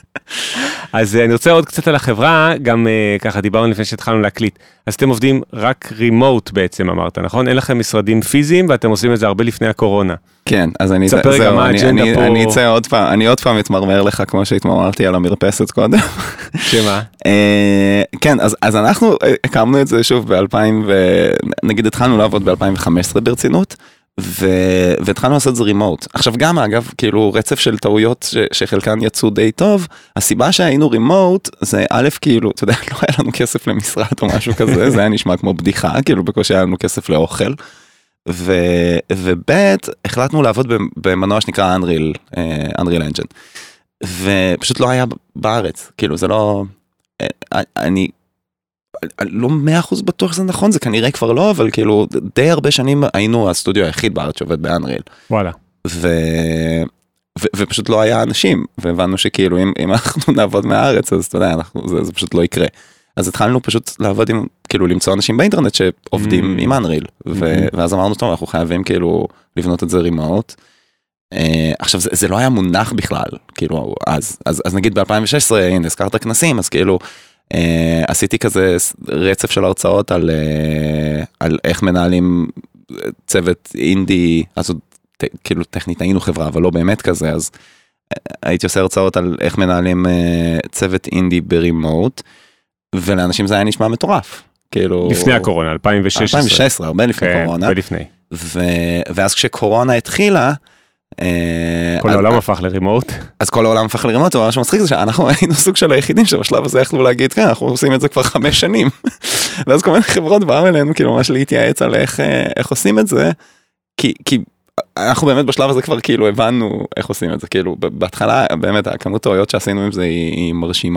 אז אני רוצה עוד קצת על החברה, גם ככה דיברנו לפני שהתחלנו להקליט, אז אתם עובדים רק רימוט בעצם, אמרת, נכון? אין לכם משרדים פיזיים, ואתם עושים את זה הרבה לפני הקורונה. כן, אז אני, תספר רגע מה האג'נדה פה. אני אצא עוד פעם, אני עוד פעם אתמרמר לך, כמו שהתמרמרתי על המרפסת קודם. שמה? כן, אז אנחנו הקמנו את זה שוב ב-אלפיים, נגיד התחלנו לעבוד ב-אלפיים וחמש עשרה ברצינות, והתחלנו לעשות זה רימוט. עכשיו גם אגב, כאילו רצף של טעויות שחלקן יצאו די טוב, הסיבה שהיינו רימוט זה א', כאילו, אתה יודע, לא היה לנו כסף למשרד או משהו כזה, זה היה נשמע כמו בדיחה, כאילו בקושי היה לנו כסף לאוכל, וב' החלטנו לעבוד במנוע שנקרא Unreal, Unreal Engine, ופשוט לא היה בארץ, כאילו זה לא, אני, לא מאה אחוז בטוח שזה נכון, זה כנראה כבר לא, אבל כאילו די הרבה שנים היינו הסטודיו היחיד בארץ שעובד באנריל. וואלה. ו... ו... ופשוט לא היה אנשים, והבנו שכאילו אם, אם אנחנו נעבוד מהארץ, אז אתה יודע, אנחנו, זה, זה פשוט לא יקרה. אז התחלנו פשוט לעבוד עם, כאילו למצוא אנשים באינטרנט שעובדים mm. עם אנריל, ו... mm-hmm. ואז אמרנו, טוב, אנחנו חייבים כאילו לבנות את זה רימוט. Uh, עכשיו זה, זה לא היה מונח בכלל, כאילו, אז, אז, אז נגיד ב-אלפיים ושש עשרה, הנה, הזכרת כנסים, אז כאילו, Uh, עשיתי כזה רצף של הרצאות על, uh, על איך מנהלים צוות אינדי, אז ת, כאילו טכנית היינו חברה, אבל לא באמת כזה, אז uh, הייתי עושה הרצאות על איך מנהלים uh, צוות אינדי ברימוט, ולאנשים זה היה נשמע מטורף. כאילו... לפני הקורונה, אלפיים ושש עשרה. אלפיים ושש עשרה, הרבה לפני כן, קורונה. הרבה לפני. ו... ואז כשקורונה התחילה, כל העולם הפך לרימוט. אז כל העולם הפך לרימוט, ומה שמצחיק זה שאנחנו היינו סוג של היחידים שבשלב הזה יכלו להגיד, כן, אנחנו עושים את זה כבר חמש שנים. ואז כל מיני חברות באו אלינו, כאילו ממש להתייעץ על איך, איך עושים את זה, כי, כי אנחנו באמת בשלב הזה כבר כאילו הבנו איך עושים את זה, כאילו בהתחלה באמת הכמות טעויות שעשינו עם זה היא, היא מרשימה.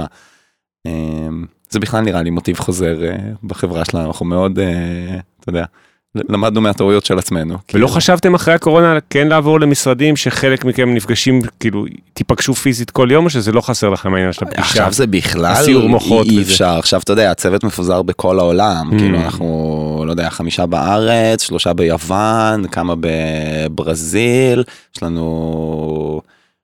זה בכלל נראה לי מוטיב חוזר בחברה שלנו, אנחנו מאוד, אתה יודע, למדנו מהטעויות של עצמנו. ולא חשבתם אחרי הקורונה כן לעבור למשרדים שחלק מכם נפגשים, כאילו, תיפגשו פיזית כל יום, או שזה לא חסר לכם העניין של הפגישה? עכשיו זה בכלל אי אפשר. עכשיו, אתה יודע, הצוות מפוזר בכל העולם, כאילו אנחנו, לא יודע, חמישה בארץ, שלושה ביוון, כמה בברזיל, יש לנו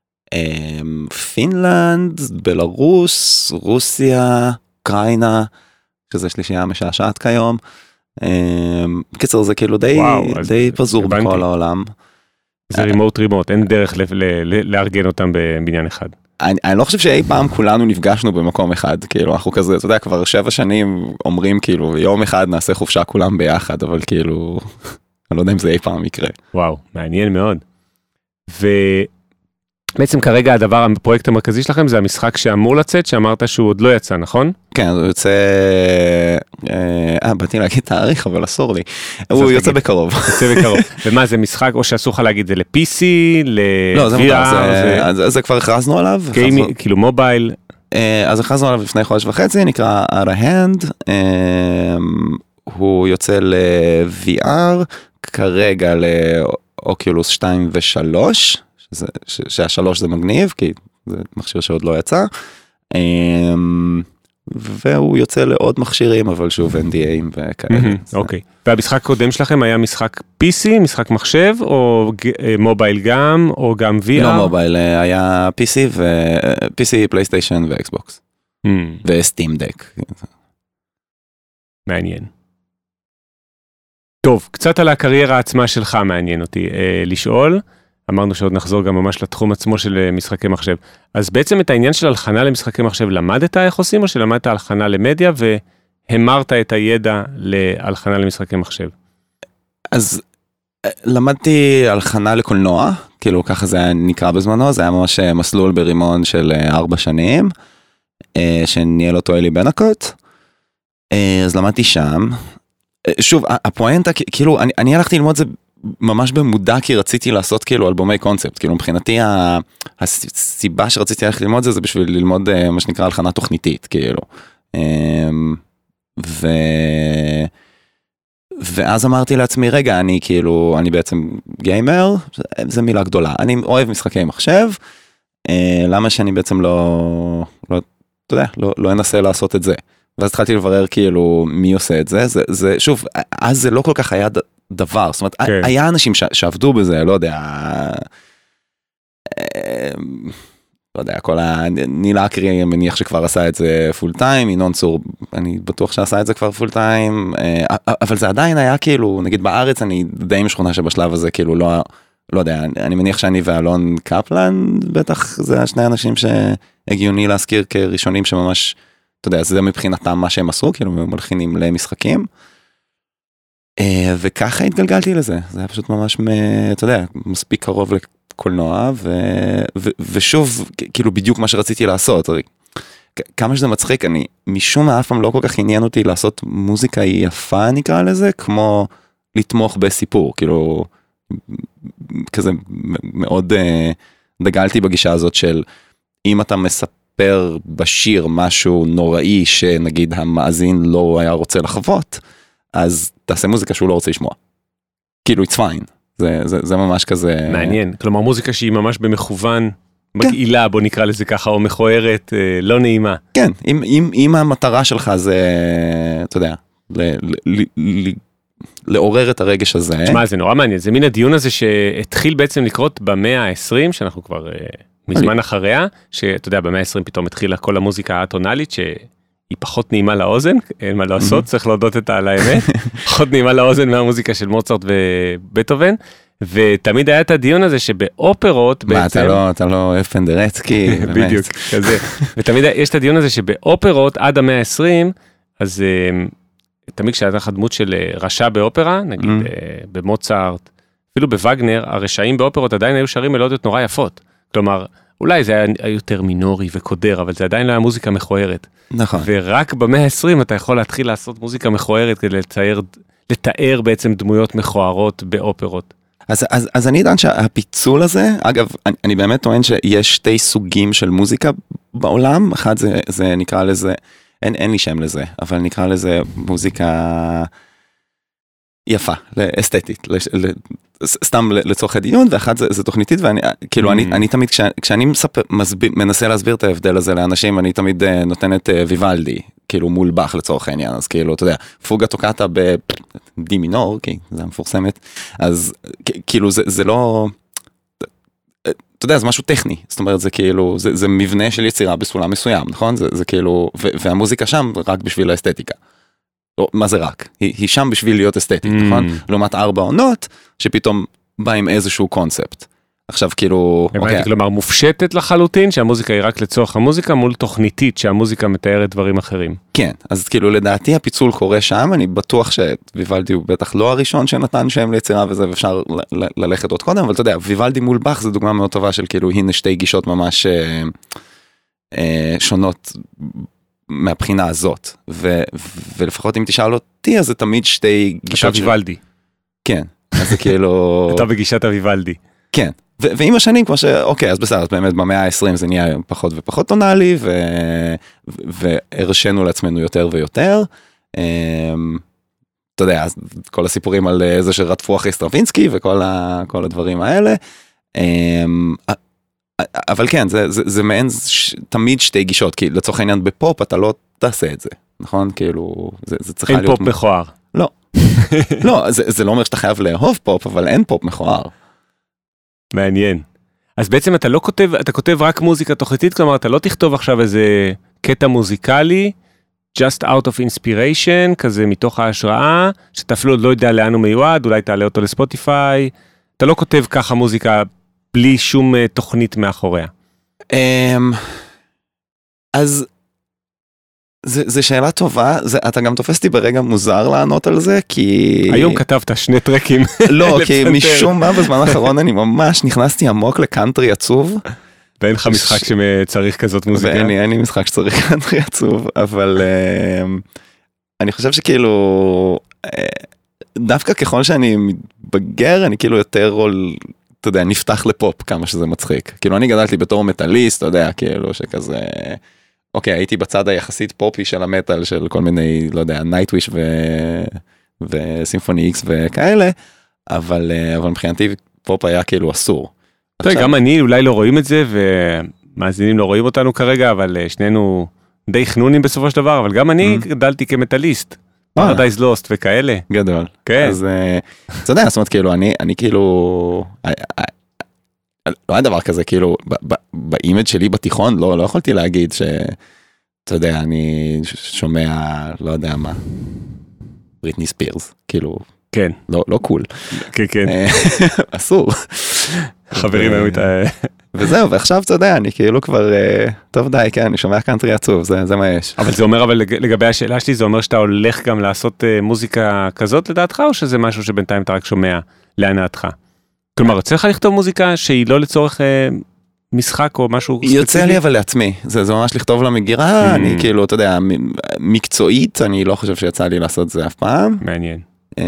פינלנד, בלרוס, רוסיה, אוקראינה, שזה שלישייה משעשעת כיום. בקיצר זה כאילו די, די פזור בכל העולם. זה רימוט רימוט, אין דרך לארגן אותם בבניין אחד. אני, אני לא חושב שאי פעם כולנו נפגשנו במקום אחד, כאילו אנחנו כזה, אתה יודע, כבר שבע שנים אומרים כאילו יום אחד נעשה חופשה כולם ביחד, אבל כאילו, אני לא יודע אם זה אי פעם יקרה. וואו, מעניין מאוד. ו... בעצם כרגע הדבר, הפרויקט המרכזי שלכם זה המשחק שאמור לצאת, שאמרת שהוא עוד לא יצא, נכון? כן, הוא יוצא, אה, באתי להגיד תאריך, אבל אסור לי. הוא יוצא בקרוב. יוצא בקרוב. ומה, זה משחק, או שאסור לך להגיד, זה ל-פי סי, ל-וי אר? לא, זה מותר, זה כבר הכרזנו עליו. כאילו מובייל. אז הכרזנו עליו לפני חודש וחצי, נקרא Out of Hand, הוא יוצא ל-וי אר, כרגע לאוקיולוס שתיים ושלוש, שזה, ש, שהשלוש זה מגניב, כי זה מכשיר שעוד לא יצא, והוא יוצא לעוד מכשירים, אבל שוב אן די איים וכאלה. אוקיי, והמשחק הקודם שלכם היה משחק פי סי, משחק מחשב, או מובייל גם, או גם וי אר? לא מובייל, היה פי סי, פי סי, פלייסטיישן ואקסבוקס. וסטים דק. מעניין. טוב, קצת על הקריירה עצמה שלך מעניין אותי אה, לשאול. אמרנו שעוד נחזור גם ממש לתחום עצמו של משחקי מחשב. אז בעצם את העניין של הלחנה למשחקי מחשב למדת איך עושים, או שלמדת הלחנה למדיה והמרת את הידע להלחנה למשחקי מחשב? אז למדתי הלחנה לקולנוע, כאילו ככה זה היה נקרא בזמנו, זה היה ממש מסלול ברימון של ארבע שנים, שניהל אותו אלי בנקוט, אז למדתי שם. שוב, הפואנטה, כאילו, אני, אני הלכתי ללמוד זה ממש במודע, כי רציתי לעשות כאילו אלבומי קונספט, כאילו מבחינתי הסיבה שרציתי ללכת ללמוד זה, זה בשביל ללמוד מה שנקרא הלחנה תוכניתית, כאילו. ו... ואז אמרתי לעצמי, רגע, אני כאילו, אני בעצם גיימר, זה מילה גדולה, אני אוהב משחקי מחשב, למה שאני בעצם לא, לא, אתה יודע, לא, לא אנסה לעשות את זה. ואז התחלתי לברר כאילו מי עושה את זה, זה, זה שוב, אז זה לא כל כך היה דבר, זאת אומרת, okay. היה אנשים ש, שעבדו בזה, לא יודע, לא יודע, כל הניל אקרי, אני מניח שכבר עשה את זה פול טיים, ינון צור, אני בטוח שעשה את זה כבר פול טיים, אבל זה עדיין היה כאילו, נגיד בארץ, אני די משכונה שבשלב הזה, כאילו לא, לא יודע, אני מניח שאני ואלון קפלן, בטח זה השני אנשים שהגיוני להזכיר כראשונים שממש, אתה יודע, זה מבחינתם מה שהם עשו, כאילו הם מלחינים למשחקים, וככה התגלגלתי לזה, זה היה פשוט ממש, אתה יודע, מספיק קרוב לקולנוע, ו, ו, ושוב, כאילו בדיוק מה שרציתי לעשות, כמה שזה מצחיק, אני משום מה אף פעם לא כל כך עניין אותי לעשות מוזיקה יפה, נקרא לזה, כמו לתמוך בסיפור, כאילו, כזה מאוד דגלתי בגישה הזאת של, אם אתה מספר בשיר משהו נוראי, שנגיד המאזין לא היה רוצה לחוות, אז תעשה מוזיקה שהוא לא רוצה לשמוע. כאילו, it's fine. זה, זה, זה ממש כזה... מעניין. כלומר, מוזיקה שהיא ממש במכוון, מגעילה, בוא נקרא לזה ככה, או מכוערת, לא נעימה. כן, אם, אם, אם המטרה שלך זה, אתה יודע, ל, ל, ל, לעורר את הרגש הזה. תשמע, זה נורא מעניין. זה מין הדיון הזה שהתחיל בעצם לקרות במאה ה-עשרים, שאנחנו כבר מזמן אחריה, שאתה יודע, במאה ה-עשרים פתאום התחילה כל המוזיקה האטונלית, ש... היא פחות נעימה לאוזן, אין מה לעשות, צריך להודות את על האמת, פחות נעימה לאוזן מהמוזיקה של מוצרט ובטהובן, ותמיד היה את הדיון הזה שבאופרות בעצם... מה, אתה לא, אתה לא פנדרצקי, באמת. בדיוק, כזה. ותמיד יש את הדיון הזה שבאופרות עד המאה ה-עשרים, אז תמיד כשהייתה לך דמות של רשע באופרה, נגיד במוצרט, אפילו בווגנר, הרשעים באופרות עדיין היו שרים מלודיות נורא יפות. כלומר, אולי זה היה יותר מינורי וקודר, אבל זה עדיין לא היה מוזיקה מכוערת. נכון. ורק במאה ה-עשרים אתה יכול להתחיל לעשות מוזיקה מכוערת, כדי לתאר, לתאר בעצם דמויות מכוערות באופרות. אז, אז, אז אני יודע שהפיצול הזה, אגב, אני, אני באמת טוען שיש שתי סוגים של מוזיקה בעולם, אחד זה, זה נקרא לזה, אין, אין לי שם לזה, אבל נקרא לזה מוזיקה יפה, אסתטית, סתם לצורך הדיון, ואחת זה, זה תוכניתית, ואני, כאילו, mm. אני, אני תמיד, כש, כשאני מספר, מסביר, מנסה להסביר את ההבדל הזה לאנשים, אני תמיד נותן את ויוולדי, כאילו מול באך לצורך העניין, אז כאילו, אתה יודע, פוגה טוקטה בדי מינור, כי זה מפורסמת, אז כאילו, זה, זה לא, אתה יודע, זה משהו טכני, זאת אומרת, זה כאילו, זה, זה מבנה של יצירה בסולם מסוים, נכון? זה, זה כאילו, ו, והמוזיקה שם רק בשביל האסתטיקה. או, מה זה רק? היא, היא שם בשביל להיות אסתטית, mm. נכון? לעומת ארבע עונות, שפתאום בא עם איזשהו קונספט. עכשיו כאילו... אוקיי. כלומר, מופשטת לחלוטין, שהמוזיקה היא רק לצורך המוזיקה, מול תוכניתית, שהמוזיקה מתארת דברים אחרים. כן, אז כאילו לדעתי הפיצול קורה שם, אני בטוח שוויוולדי הוא בטח לא הראשון שנתן שם ליצירה וזה, ואפשר ל- ל- ללכת עוד קודם, אבל אתה יודע, ויוולדי מול באך זה דוגמה מאוד טובה של כאילו, הנה שתי גישות ממש אה, אה, שונות, מהבחינה הזאת, ו, ולפחות אם תשאל אותי, אז זה תמיד שתי גישות... אתה ויוולדי. כן, אז זה כאילו... אתה בגישת הויוולדי. כן, ו- ועם השנים, כמו ש... אוקיי, אז בסדר, באמת במאה ה-עשרים זה נהיה פחות ופחות טונלי, ו- והרשנו לעצמנו יותר ויותר. אתה יודע, כל הסיפורים על זה שרדפו אחרי סטרווינסקי, וכל ה- כל הדברים האלה. אבל כן, זה, זה, זה מעין ש... תמיד שתי גישות, כי לצורך העניין בפופ אתה לא תעשה את זה, נכון? כאילו, זה, זה צריכה להיות... אין פופ מכוער. לא. לא, זה, זה לא אומר שאתה חייב לאהוב פופ, אבל אין פופ מכוער. מעניין. אז בעצם אתה לא כותב, אתה כותב רק מוזיקה תוכניתית, כלומר אתה לא תכתוב עכשיו איזה קטע מוזיקלי, just out of inspiration, כזה מתוך ההשראה, שאתה אפילו לא יודע לאן הוא מיועד, אולי תעלה אותו לספוטיפיי, אתה לא כותב ככה מוזיקה בלי שום תוכנית מאחוריה. אז זה, זה שאלה טובה, זה, אתה גם תופס אותי ברגע מוזר לענות על זה, כי... היום כתבת שני טרקים. לא, כי משום מה בזמן האחרון אני ממש נכנסתי עמוק לקאנטרי עצוב. ואין לך משחק שצריך כזאת מוזיקה? ואין לי, אין לי משחק שצריך קאנטרי עצוב, אבל uh, אני חושב שכאילו, uh, דווקא ככל שאני מתבגר, אני כאילו יותר רול, אתה יודע, נפתח לפופ, כמה שזה מצחיק. כאילו אני גדלתי בתור מטליסט, אתה יודע, כאילו שכזה... אוקיי, הייתי בצד היחסית פופי של המטל, של כל מיני, לא יודע, נייטוויש ו... וסימפוני איקס וכאלה, אבל, אבל מבחינתי פופ היה כאילו אסור. עכשיו... גם אני, אולי לא רואים את זה, ומאזינים לא רואים אותנו כרגע, אבל שנינו די חנונים בסופו של דבר, אבל גם אני גדלתי כמטליסט, פרדייז לוסט וכאלה. גדול. כן. אז, אתה יודע, זאת אומרת, כאילו, אני, אני כאילו... לא היה דבר כזה, כאילו, באימג' שלי בתיכון, לא, לא יכולתי להגיד ש, אתה יודע, אני שומע, לא יודע מה, בריטני ספירס, כאילו, כן. לא, לא קול. כן, כן. אסור. חברים היו איתה. וזהו, ועכשיו, אתה יודע, אני כאילו כבר, טוב די, כן, אני שומע קאנטרי עצוב, זה, זה מה יש. אבל זה אומר, אבל לגבי השאלה שלי, זה אומר שאתה הולך גם לעשות מוזיקה כזאת לדעתך, או שזה משהו שבינתיים אתה רק שומע להנאתך? כלומר, רוצה לך לכתוב מוזיקה שהיא לא לצורך אה, משחק או משהו ספציפי? יוצא לי אבל לעצמי, זה, זה ממש לכתוב למגירה, mm. אני כאילו, אתה יודע, מקצועית, אני לא חושב שיצא לי לעשות זה אף פעם. מעניין. אה,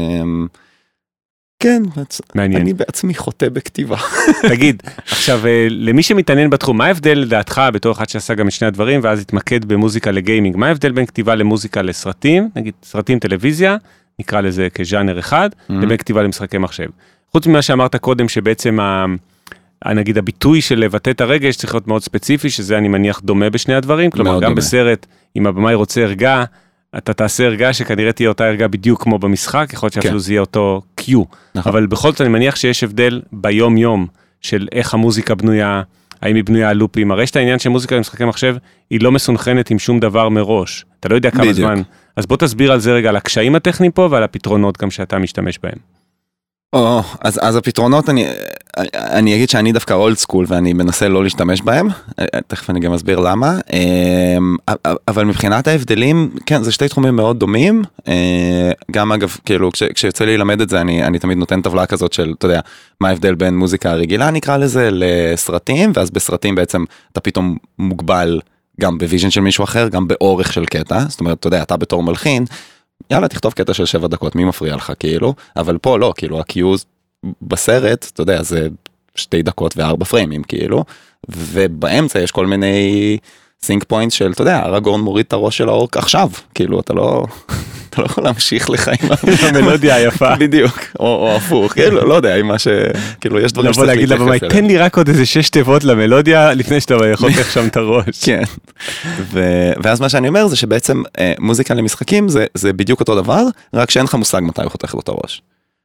כן, מעניין. אני בעצמי חוטא בכתיבה. תגיד, עכשיו, אה, למי שמתעניין בתחום, מה ההבדל לדעתך בתור אחד שעשה גם את שני הדברים, ואז התמקד במוזיקה לגיימינג, מה ההבדל בין כתיבה למוזיקה לסרטים, נגיד סרטים טלוויזיה, נקרא לזה כז'אנר אחד, mm. לבין כתיבה למשחקי מחשב. חוץ ממה שאמרת קודם, שבעצם, ה, נגיד, הביטוי של לבטא את הרגש צריך להיות מאוד ספציפי, שזה אני מניח דומה בשני הדברים, כלומר, גם דומה. בסרט, אם הבמאי רוצה הרגע, אתה תעשה הרגע שכנראה תהיה אותה הרגע בדיוק כמו במשחק, יכול להיות שאפילו כן. זה יהיה אותו קיו. נכון. אבל בכל זאת אני מניח שיש הבדל ביום-יום, של איך המוזיקה בנויה, האם היא בנויה על לופים. הרי יש את העניין שמוזיקה למשחקי מחשב, היא לא מסונכנת עם שום דבר מראש. אתה לא יודע כמה בדיוק. זמן. אז בוא תסביר על זה רגע, על הקשיים הטכניים פה, ועל הפתרונות גם שאתה משתמש בהם. או, אז, אז הפתרונות, אני, אני אגיד שאני דווקא אולד סקול, ואני מנסה לא להשתמש בהם, תכף אני גם אסביר למה, אבל מבחינת ההבדלים, כן, זה שתי תחומים מאוד דומים, גם אגב, כאילו, כש, כשיוצא לי ללמד את זה, אני, אני תמיד נותן טבלה כזאת של, אתה יודע, מה ההבדל בין מוזיקה הרגילה, נקרא לזה, לסרטים, ואז בסרטים בעצם אתה פתאום מוגבל, גם בוויז'ן של מישהו אחר, גם באורך של קטע, זאת אומרת, אתה יודע, אתה בתור מלחין, יאללה, תכתוב קטע של שבע דקות, מי מפריע לך, כאילו, אבל פה לא, כאילו, הקיוז בסרט, אתה יודע, זה שתי דקות וארבע פריימים, כאילו, ובאמצע יש כל מיני סינק פוינט של, אתה יודע, ארגורן מוריד את הראש של האורק עכשיו, כאילו, אתה לא, אתה לא יכול להמשיך לך עם המלודיה היפה. בדיוק, או הפוך, כאילו, לא יודע, עם מה ש... כאילו, יש דברים שצריך להתייחס אליהם. לבוא להגיד לבמאי, תן לי רק עוד איזה שש תיבות למלודיה, לפני שאתה יכול לקח שם את הראש. כן, ואז מה שאני אומר זה שבעצם מוזיקה למשחקים זה בדיוק אותו דבר, רק שאין לך מושג מתי הוא חותך לו את הראש.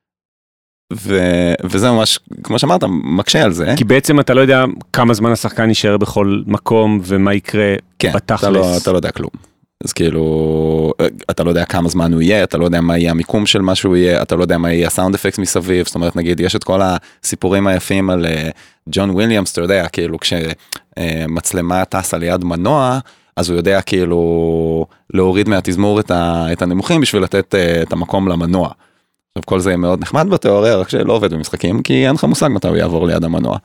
וזה ממש, כמו שאמרת, מקשה על זה. כי בעצם אתה לא יודע כמה זמן השחקן יישאר בכל מקום, ומה יקרה בתכלס. כן, אתה לא יודע כלום. אז כאילו, אתה לא יודע כמה זמן הוא יהיה, אתה לא יודע מה יהיה המיקום של מה שהוא יהיה, אתה לא יודע מה יהיה הסאונד אפקט מסביב, זאת אומרת, נגיד, יש את כל הסיפורים היפים על ג'ון וויליאמס, אתה יודע, כאילו, כשמצלמה טסה ליד מנוע, אז הוא יודע כאילו להוריד מהתזמור את הנמוכים, בשביל לתת את המקום למנוע. עכשיו, כל זה מאוד נחמד בתיאוריה, רק שלא עובד במשחקים, כי אין לך מושג מתי הוא יעבור ליד המנוע.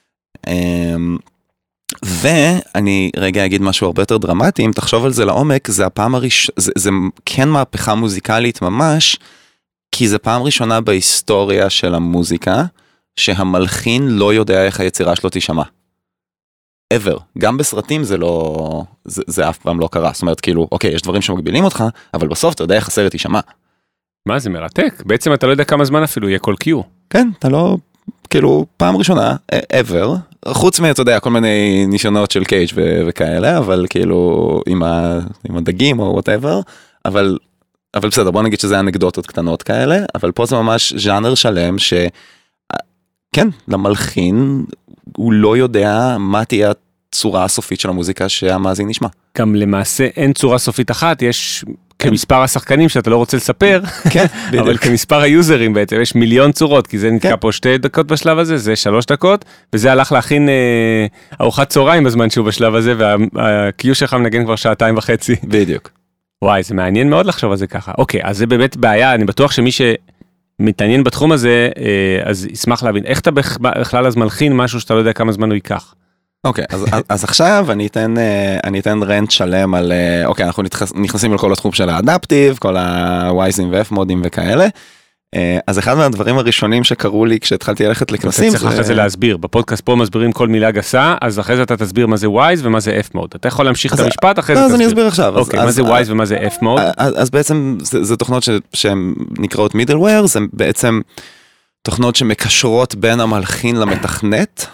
ואני רגע אגיד משהו הרבה יותר דרמטי, אם תחשוב על זה לעומק, זה הפעם הראשונה, זה, זה כן מהפכה מוזיקלית ממש, כי זה פעם ראשונה בהיסטוריה של המוזיקה, שהמלחין לא יודע איך היצירה שלו תשמע. ever. גם בסרטים זה לא, זה, זה אף פעם לא קרה. זאת אומרת, כאילו, אוקיי, יש דברים שמגבילים אותך, אבל בסוף אתה יודע איך הסרט יישמע. מה זה מרתק? בעצם אתה לא יודע כמה זמן אפילו יהיה כל קיו. כן, אתה לא, כאילו, פעם ראשונה, ever, חוץ מ, אתה יודע, כל מיני נישונות של קייג' ו- וכאלה, אבל כאילו, עם, ה- עם הדגים או whatever, אבל, אבל בסדר, בוא נגיד שזה אנקדוטות קטנות כאלה, אבל פה זה ממש ז'אנר שלם ש... כן, למלחין, הוא לא יודע מה תהיה הצורה הסופית של המוזיקה שהמאזין נשמע. גם למעשה אין צורה סופית אחת, יש כמספר השחקנים שאתה לא רוצה לספר, כן, אבל כמספר היוזרים בעצם, יש מיליון צורות, כי זה נתקע פה שתי דקות בשלב הזה, זה שלוש דקות, וזה הלך להכין אה, ארוחת צהריים בזמן שהוא בשלב הזה, והקיוש שלך מנגן כבר שעתיים וחצי. בדיוק. וואי, זה מעניין מאוד לחשוב על זה ככה. אוקיי, אז זה באמת בעיה, אני בטוח שמי שמתעניין בתחום הזה, אה, אז ישמח להבין, איך אתה בכלל אז מלחין משהו שאתה לא יודע כמה זמן הוא ייקח? אוקיי, אז, אז עכשיו אני אתן, אני אתן רנט שלם על, אוקיי, אנחנו נכנסים לכל התחום של האדפטיב, כל ה-Wise'ים ו-F מודים וכאלה. אז אחד מהדברים הראשונים שקרו לי כשהתחלתי ללכת לכנסים. אתה צריך אחרי זה להסביר, בפודקאסט פה מסבירים כל מילה גסה, אז אחרי זה אתה תסביר מה זה Wise ומה זה F מוד. אתה יכול להמשיך את המשפט, אחרי זה תסביר. אז אני אסביר עכשיו. אוקיי, מה זה Wise ומה זה F מוד? אז בעצם זה תוכנות שהן נקראות middleware, זה בעצם תוכנות שמקשרות בין המלחין למתכנת,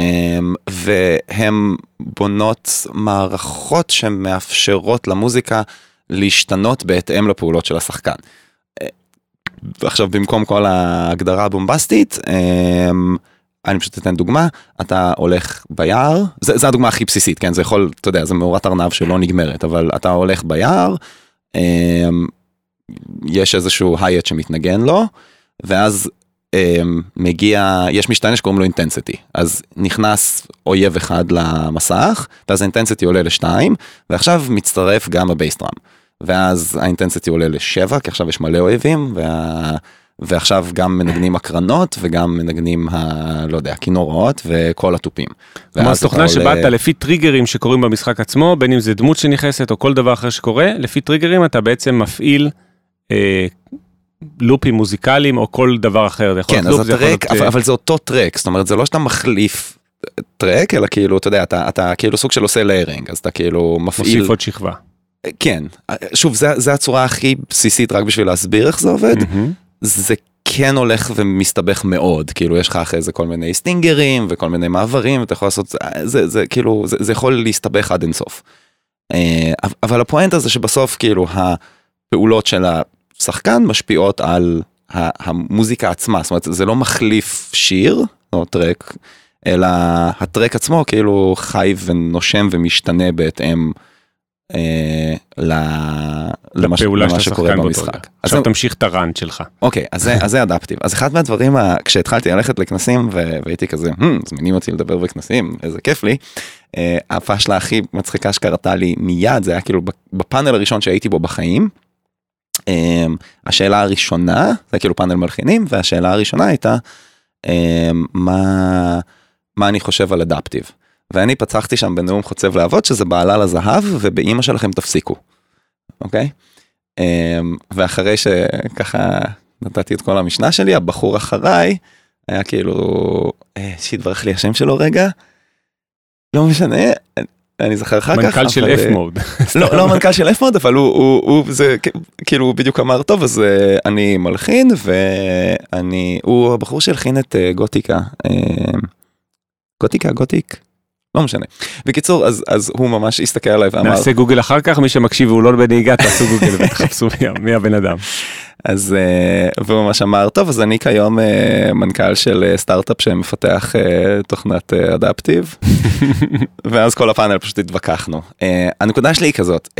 והן בונות מערכות שמאפשרות למוזיקה להשתנות בהתאם לפעולות של השחקן. עכשיו, במקום כל ההגדרה הבומבסטית, אני פשוט אתן דוגמה, אתה הולך ביער, זה, זה הדוגמה הכי בסיסית, כן? זה יכול, אתה יודע, זה מאורת ארנב שלא נגמרת, אבל אתה הולך ביער, יש איזשהו הייט שמתנגן לו, ואז מגיע, יש משתנה שקוראים לו אינטנסיטי, אז נכנס אויב אחד למסך, ואז האינטנסיטי עולה לשתיים, ועכשיו מצטרף גם הבייסטראם, ואז האינטנסיטי עולה לשבע, כי עכשיו יש מלא אויבים, וה... ועכשיו גם מנגנים הקרנות, וגם מנגנים, ה... לא יודע, כינורות, וכל הטופים. כלומר, תוכנה עולה... שבאת לפי טריגרים שקורים במשחק עצמו, בין אם זה דמות שנכנסת, או כל דבר אחר שקורה, לפי טריגרים אתה בעצם מפעיל אה, לופים מוזיקליים, או כל דבר אחר. כן, אז לופ, הטרק, אבל, אבל זה אותו טרק, זאת אומרת, זה לא שאתה מחליף טרק, אלא כאילו, אתה יודע, אתה, אתה כאילו סוג של עושה ליירינג, אז אתה כאילו מפעיל... מוסיף עוד שכבה. כן, שוב, זה, זה הצורה הכי בסיסית, רק בשביל להסביר איך זה עובד. Mm-hmm. זה כן הולך ומסתבך מאוד, כאילו יש לך אחרי זה כל מיני סטינגרים, וכל מיני מעברים, ואתה יכול לעשות, זה, זה כאילו, זה, זה יכול להסתבך עד אינסוף. אבל הפואנט הזה שבסוף, כאילו, הפעולות של השחקן משפיעות על המוזיקה עצמה, זאת אומרת, זה לא מחליף שיר, או טרק, אלא הטרק עצמו כאילו חי ונושם ומשתנה בהתאם למה שקורה במשחק. עכשיו תמשיך את הרנט שלך. אוקיי, אז זה אדפטיב. אז אחד מהדברים, כשהתחלתי ללכת לכנסים, והייתי כזה, זמינים אותי לדבר בכנסים, איזה כיף לי, הפשלה הכי מצחיקה שקרתה לי מיד, זה היה כאילו בפאנל הראשון שהייתי בו בחיים, השאלה הראשונה, זה כאילו פאנל מלחינים, והשאלה הראשונה הייתה, מה אני חושב על אדפטיב. ואני פצחתי שם בנאום חוצב להבות, שזה בעלה לזהב, ובאמא שלכם תפסיקו. אוקיי? ואחרי שככה נתתי את כל המשנה שלי, הבחור אחריי, היה כאילו, שיתברך לי השם שלו רגע, לא משנה, אני זוכר אחר כך. מנכ"ל של F מוד. לא, לא מנכ"ל של F מוד, אבל הוא, זה, כאילו, הוא בדיוק אמר, טוב, אז אני מלחין, ואני, הוא הבחור שהלחין את גותיקה. גותיקה, גותיק. לא משנה. בקיצור, אז, אז הוא ממש הסתכל עליי ואמר... נעשה גוגל אחר כך, מי שמקשיב והוא לא בנהיגה, תעשו גוגל ותחפשו מי הבן אדם. אז, והוא ממש אמר, טוב, אז אני כיום מנכ"ל של סטארט-אפ שמפתח תוכנת אדפטיב, ואז כל הפאנל פשוט התווכחנו. הנקודה שלי היא כזאת,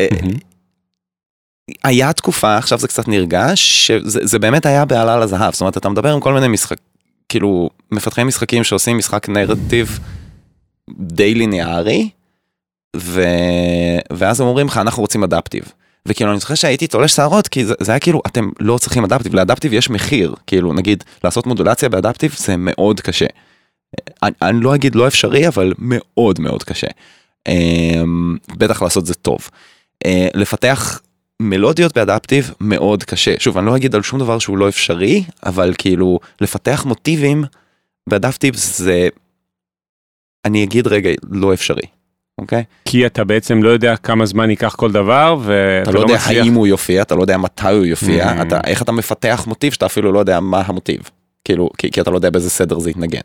היה תקופה, עכשיו זה קצת נרגש, שזה באמת היה בעלה לזהב, זאת אומרת, אתה מדבר עם כל מיני משחק, כאילו, מפתחי משחקים שעושים משחק נרטיב, די ליניארי, ו... ואז הם אומרים לך, אנחנו רוצים אדפטיב. וכאילו, אני זוכר שהייתי תולש שערות, כי זה, זה היה כאילו, אתם לא צריכים אדפטיב, לאדפטיב יש מחיר, כאילו, נגיד, לעשות מודולציה באדפטיב, זה מאוד קשה. אני, אני לא אגיד לא אפשרי, אבל מאוד מאוד קשה. בטח לעשות זה טוב. לפתח מלודיות באדפטיב, מאוד קשה. שוב, אני לא אגיד על שום דבר שהוא לא אפשרי, אבל כאילו, לפתח מוטיבים באדפטיב זה... אני אגיד רגע, לא אפשרי, אוקיי? כי אתה בעצם לא יודע כמה זמן ייקח כל דבר, ואתה לא יודע האם הוא יופיע, אתה לא יודע מתי הוא יופיע, אתה, איך אתה מפתח מוטיב שאתה אפילו לא יודע מה המוטיב, כאילו, כי, כי אתה לא יודע באיזה סדר זה יתנגן.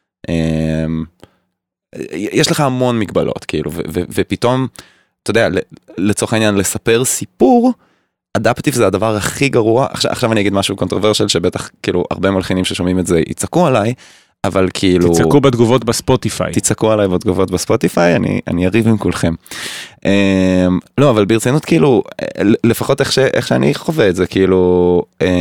יש לך המון מגבלות, כאילו, ו, ו, ופתאום, אתה יודע, לצורך העניין, לספר סיפור, אדפטיב זה הדבר הכי גרוע, עכשיו, עכשיו אני אגיד משהו קונטרוברשל, שבטח, כאילו, הרבה מלחינים ששומעים את זה יצעקו עליי, אבל כאילו... תצעקו בתגובות בספוטיפיי. תצעקו עליי בתגובות בספוטיפיי, אני, אני אריב עם כולכם. לא, אבל ברצינות, כאילו, לפחות איך, ש, איך שאני חווה את זה, כאילו,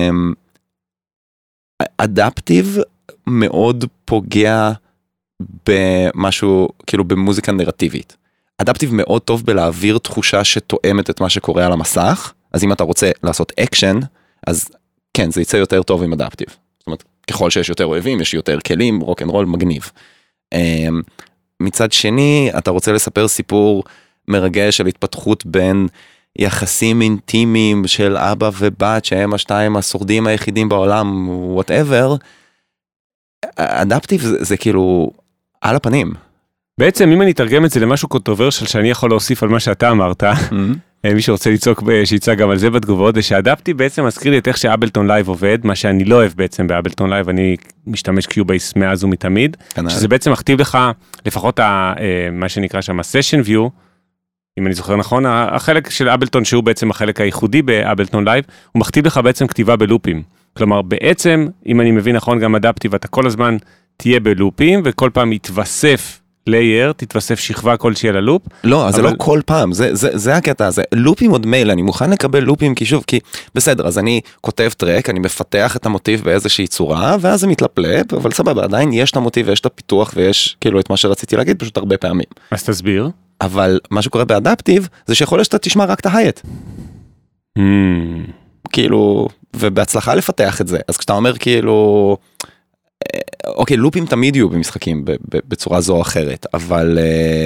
אדפטיב מאוד פוגע במשהו, כאילו, במוזיקה נרטיבית. אדפטיב מאוד טוב בלהעביר תחושה שתואמת את מה שקורה על המסך, אז אם אתה רוצה לעשות אקשן, אז כן, זה יצא יותר טוב עם אדפטיב. זאת אומרת, ככל שיש יותר אוהבים, יש יותר כלים, רוק אנד רול מגניב. מצד שני, אתה רוצה לספר סיפור מרגש של התפתחות בין יחסים אינטימיים של אבא ובת, שהם השתיים השורדים היחידים בעולם, whatever, אדפטיב זה, זה כאילו על הפנים. בעצם, אם אני אתרגם את זה למשהו קונטרוברשל שאני יכול להוסיף על מה שאתה אמרת, מי שרוצה לצעוק, שיצא גם על זה בתגובות, זה שאדפטיב בעצם מזכיר לי את איך שאבלטון לייב עובד, מה שאני לא אוהב בעצם באבלטון לייב, אני משתמש קיובייס מאז ומתמיד, שזה בעצם מכתיב לך, לפחות מה שנקרא שם, ה-session view, אם אני זוכר נכון, החלק של אבלטון, שהוא בעצם החלק הייחודי באבלטון לייב, הוא מכתיב לך בעצם כתיבה בלופים. כלומר, בעצם, אם אני מבין נכון גם אדפטיב, אתה כל הזמן תהיה בלופים, וכל פעם יתווסף לייר, תתווסף שכבה כלשהי על הלופ. לא, אז זה לא כל פעם, זה, זה, זה הקטע הזה. לופים עוד מייל, אני מוכן לקבל לופים, כי שוב, כי בסדר, אז אני כותב טרק, אני מפתח את המוטיב באיזושהי צורה, ואז זה מתלפלפ, אבל סבבה, עדיין יש את המוטיב ויש את הפיתוח, ויש כאילו את מה שרציתי להגיד, פשוט הרבה פעמים. אז תסביר. אבל מה שקורה באדפטיב, זה שיכול להיות שאתה תשמע רק את ההייט. Hmm. כאילו, ובהצלחה לפתח את זה. אז כשאתה אומר כאילו, אוקיי, לופים תמיד יהיו במשחקים בצורה זו או אחרת, אבל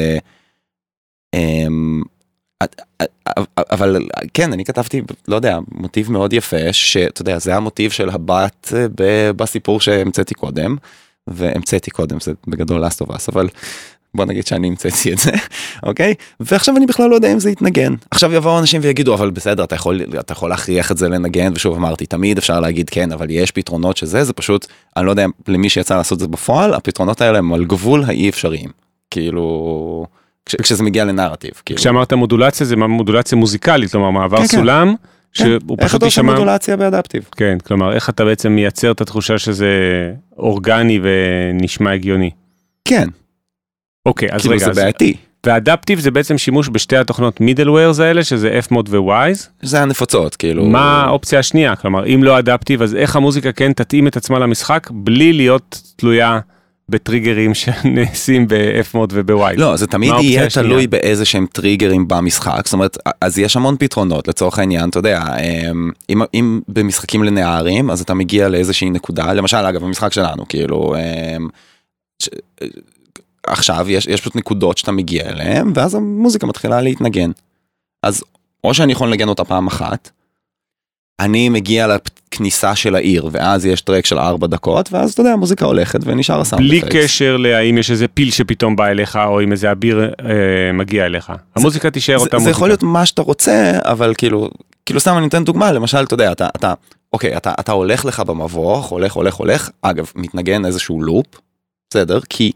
אבל כן, אני כתבתי, לא יודע, מוטיב מאוד יפה, שאתה יודע, זה המוטיב של הבת בסיפור שהמצאתי קודם, והמצאתי קודם, זה בגדול Last of Us, אבל בוא נגיד שאני המצאתי את זה, אוקיי? ועכשיו אני בכלל לא יודע אם זה יתנגן. עכשיו יבואו אנשים ויגידו, אבל בסדר, אתה יכול, אתה יכול להכריח את זה לנגן, ושוב אמרתי, תמיד אפשר להגיד כן, אבל יש פתרונות שזה, זה פשוט, אני לא יודע למי שיצא לעשות את זה בפועל, הפתרונות האלה הם על גבול האי אפשריים. כאילו, כש, כשזה מגיע לנרטיב. כאילו. כשאמרת מודולציה, זה מודולציה מוזיקלית, כלומר, מעבר כן, סולם, כן. שהוא איך פשוט אתה עושה יישמע... מודולציה באדפטיב? כן, כלומר, איך אתה בעצם מייצר את התחושה שזה אורגני ונשמע הגיוני. כן. אוקיי, אז כאילו רגע. זה בעייתי. ואדפטיב זה בעצם שימוש בשתי התוכנות middlewares האלה, שזה F-Mod ו-Wise. זה הנפוצות, כאילו. מה האופציה השנייה? כלומר, אם לא אדפטיב, אז איך המוזיקה כן תתאים את עצמה למשחק, בלי להיות תלויה בטריגרים שנעשים ב-F-Mod וב-Wise? לא, זה תמיד יהיה תלוי באיזה שהם טריגרים במשחק, זאת אומרת, אז יש המון פתרונות, לצורך העניין, אתה יודע, אם, אם במשחקים לנערים, אז אתה מגיע לאיזושהי נקודה, למשל, אגב, במשחק שלנו, כאילו, ש... עכשיו יש, יש פשוט נקודות שאתה מגיע אליהן, ואז המוזיקה מתחילה להתנגן. אז או שאני יכול לנגן אותה פעם אחת, אני מגיע לכניסה של העיר, ואז יש טרק של ארבע דקות, ואז אתה יודע, המוזיקה הולכת ונשאר הסאונד בלי אפקט. קשר להאם יש איזה פיל שפתאום בא אליך, או אם איזה אביר אה, מגיע אליך. המוזיקה תישאר אותה מוזיקה. זה יכול להיות מה שאתה רוצה, אבל כאילו, כאילו סתם אני אתן דוגמה, למשל, אתה יודע, אתה, אתה, אוקיי, אתה, אתה הולך לך במבוך, הולך, הולך, הולך, אגב, מתנגן איזשהו לופ, בסדר, כי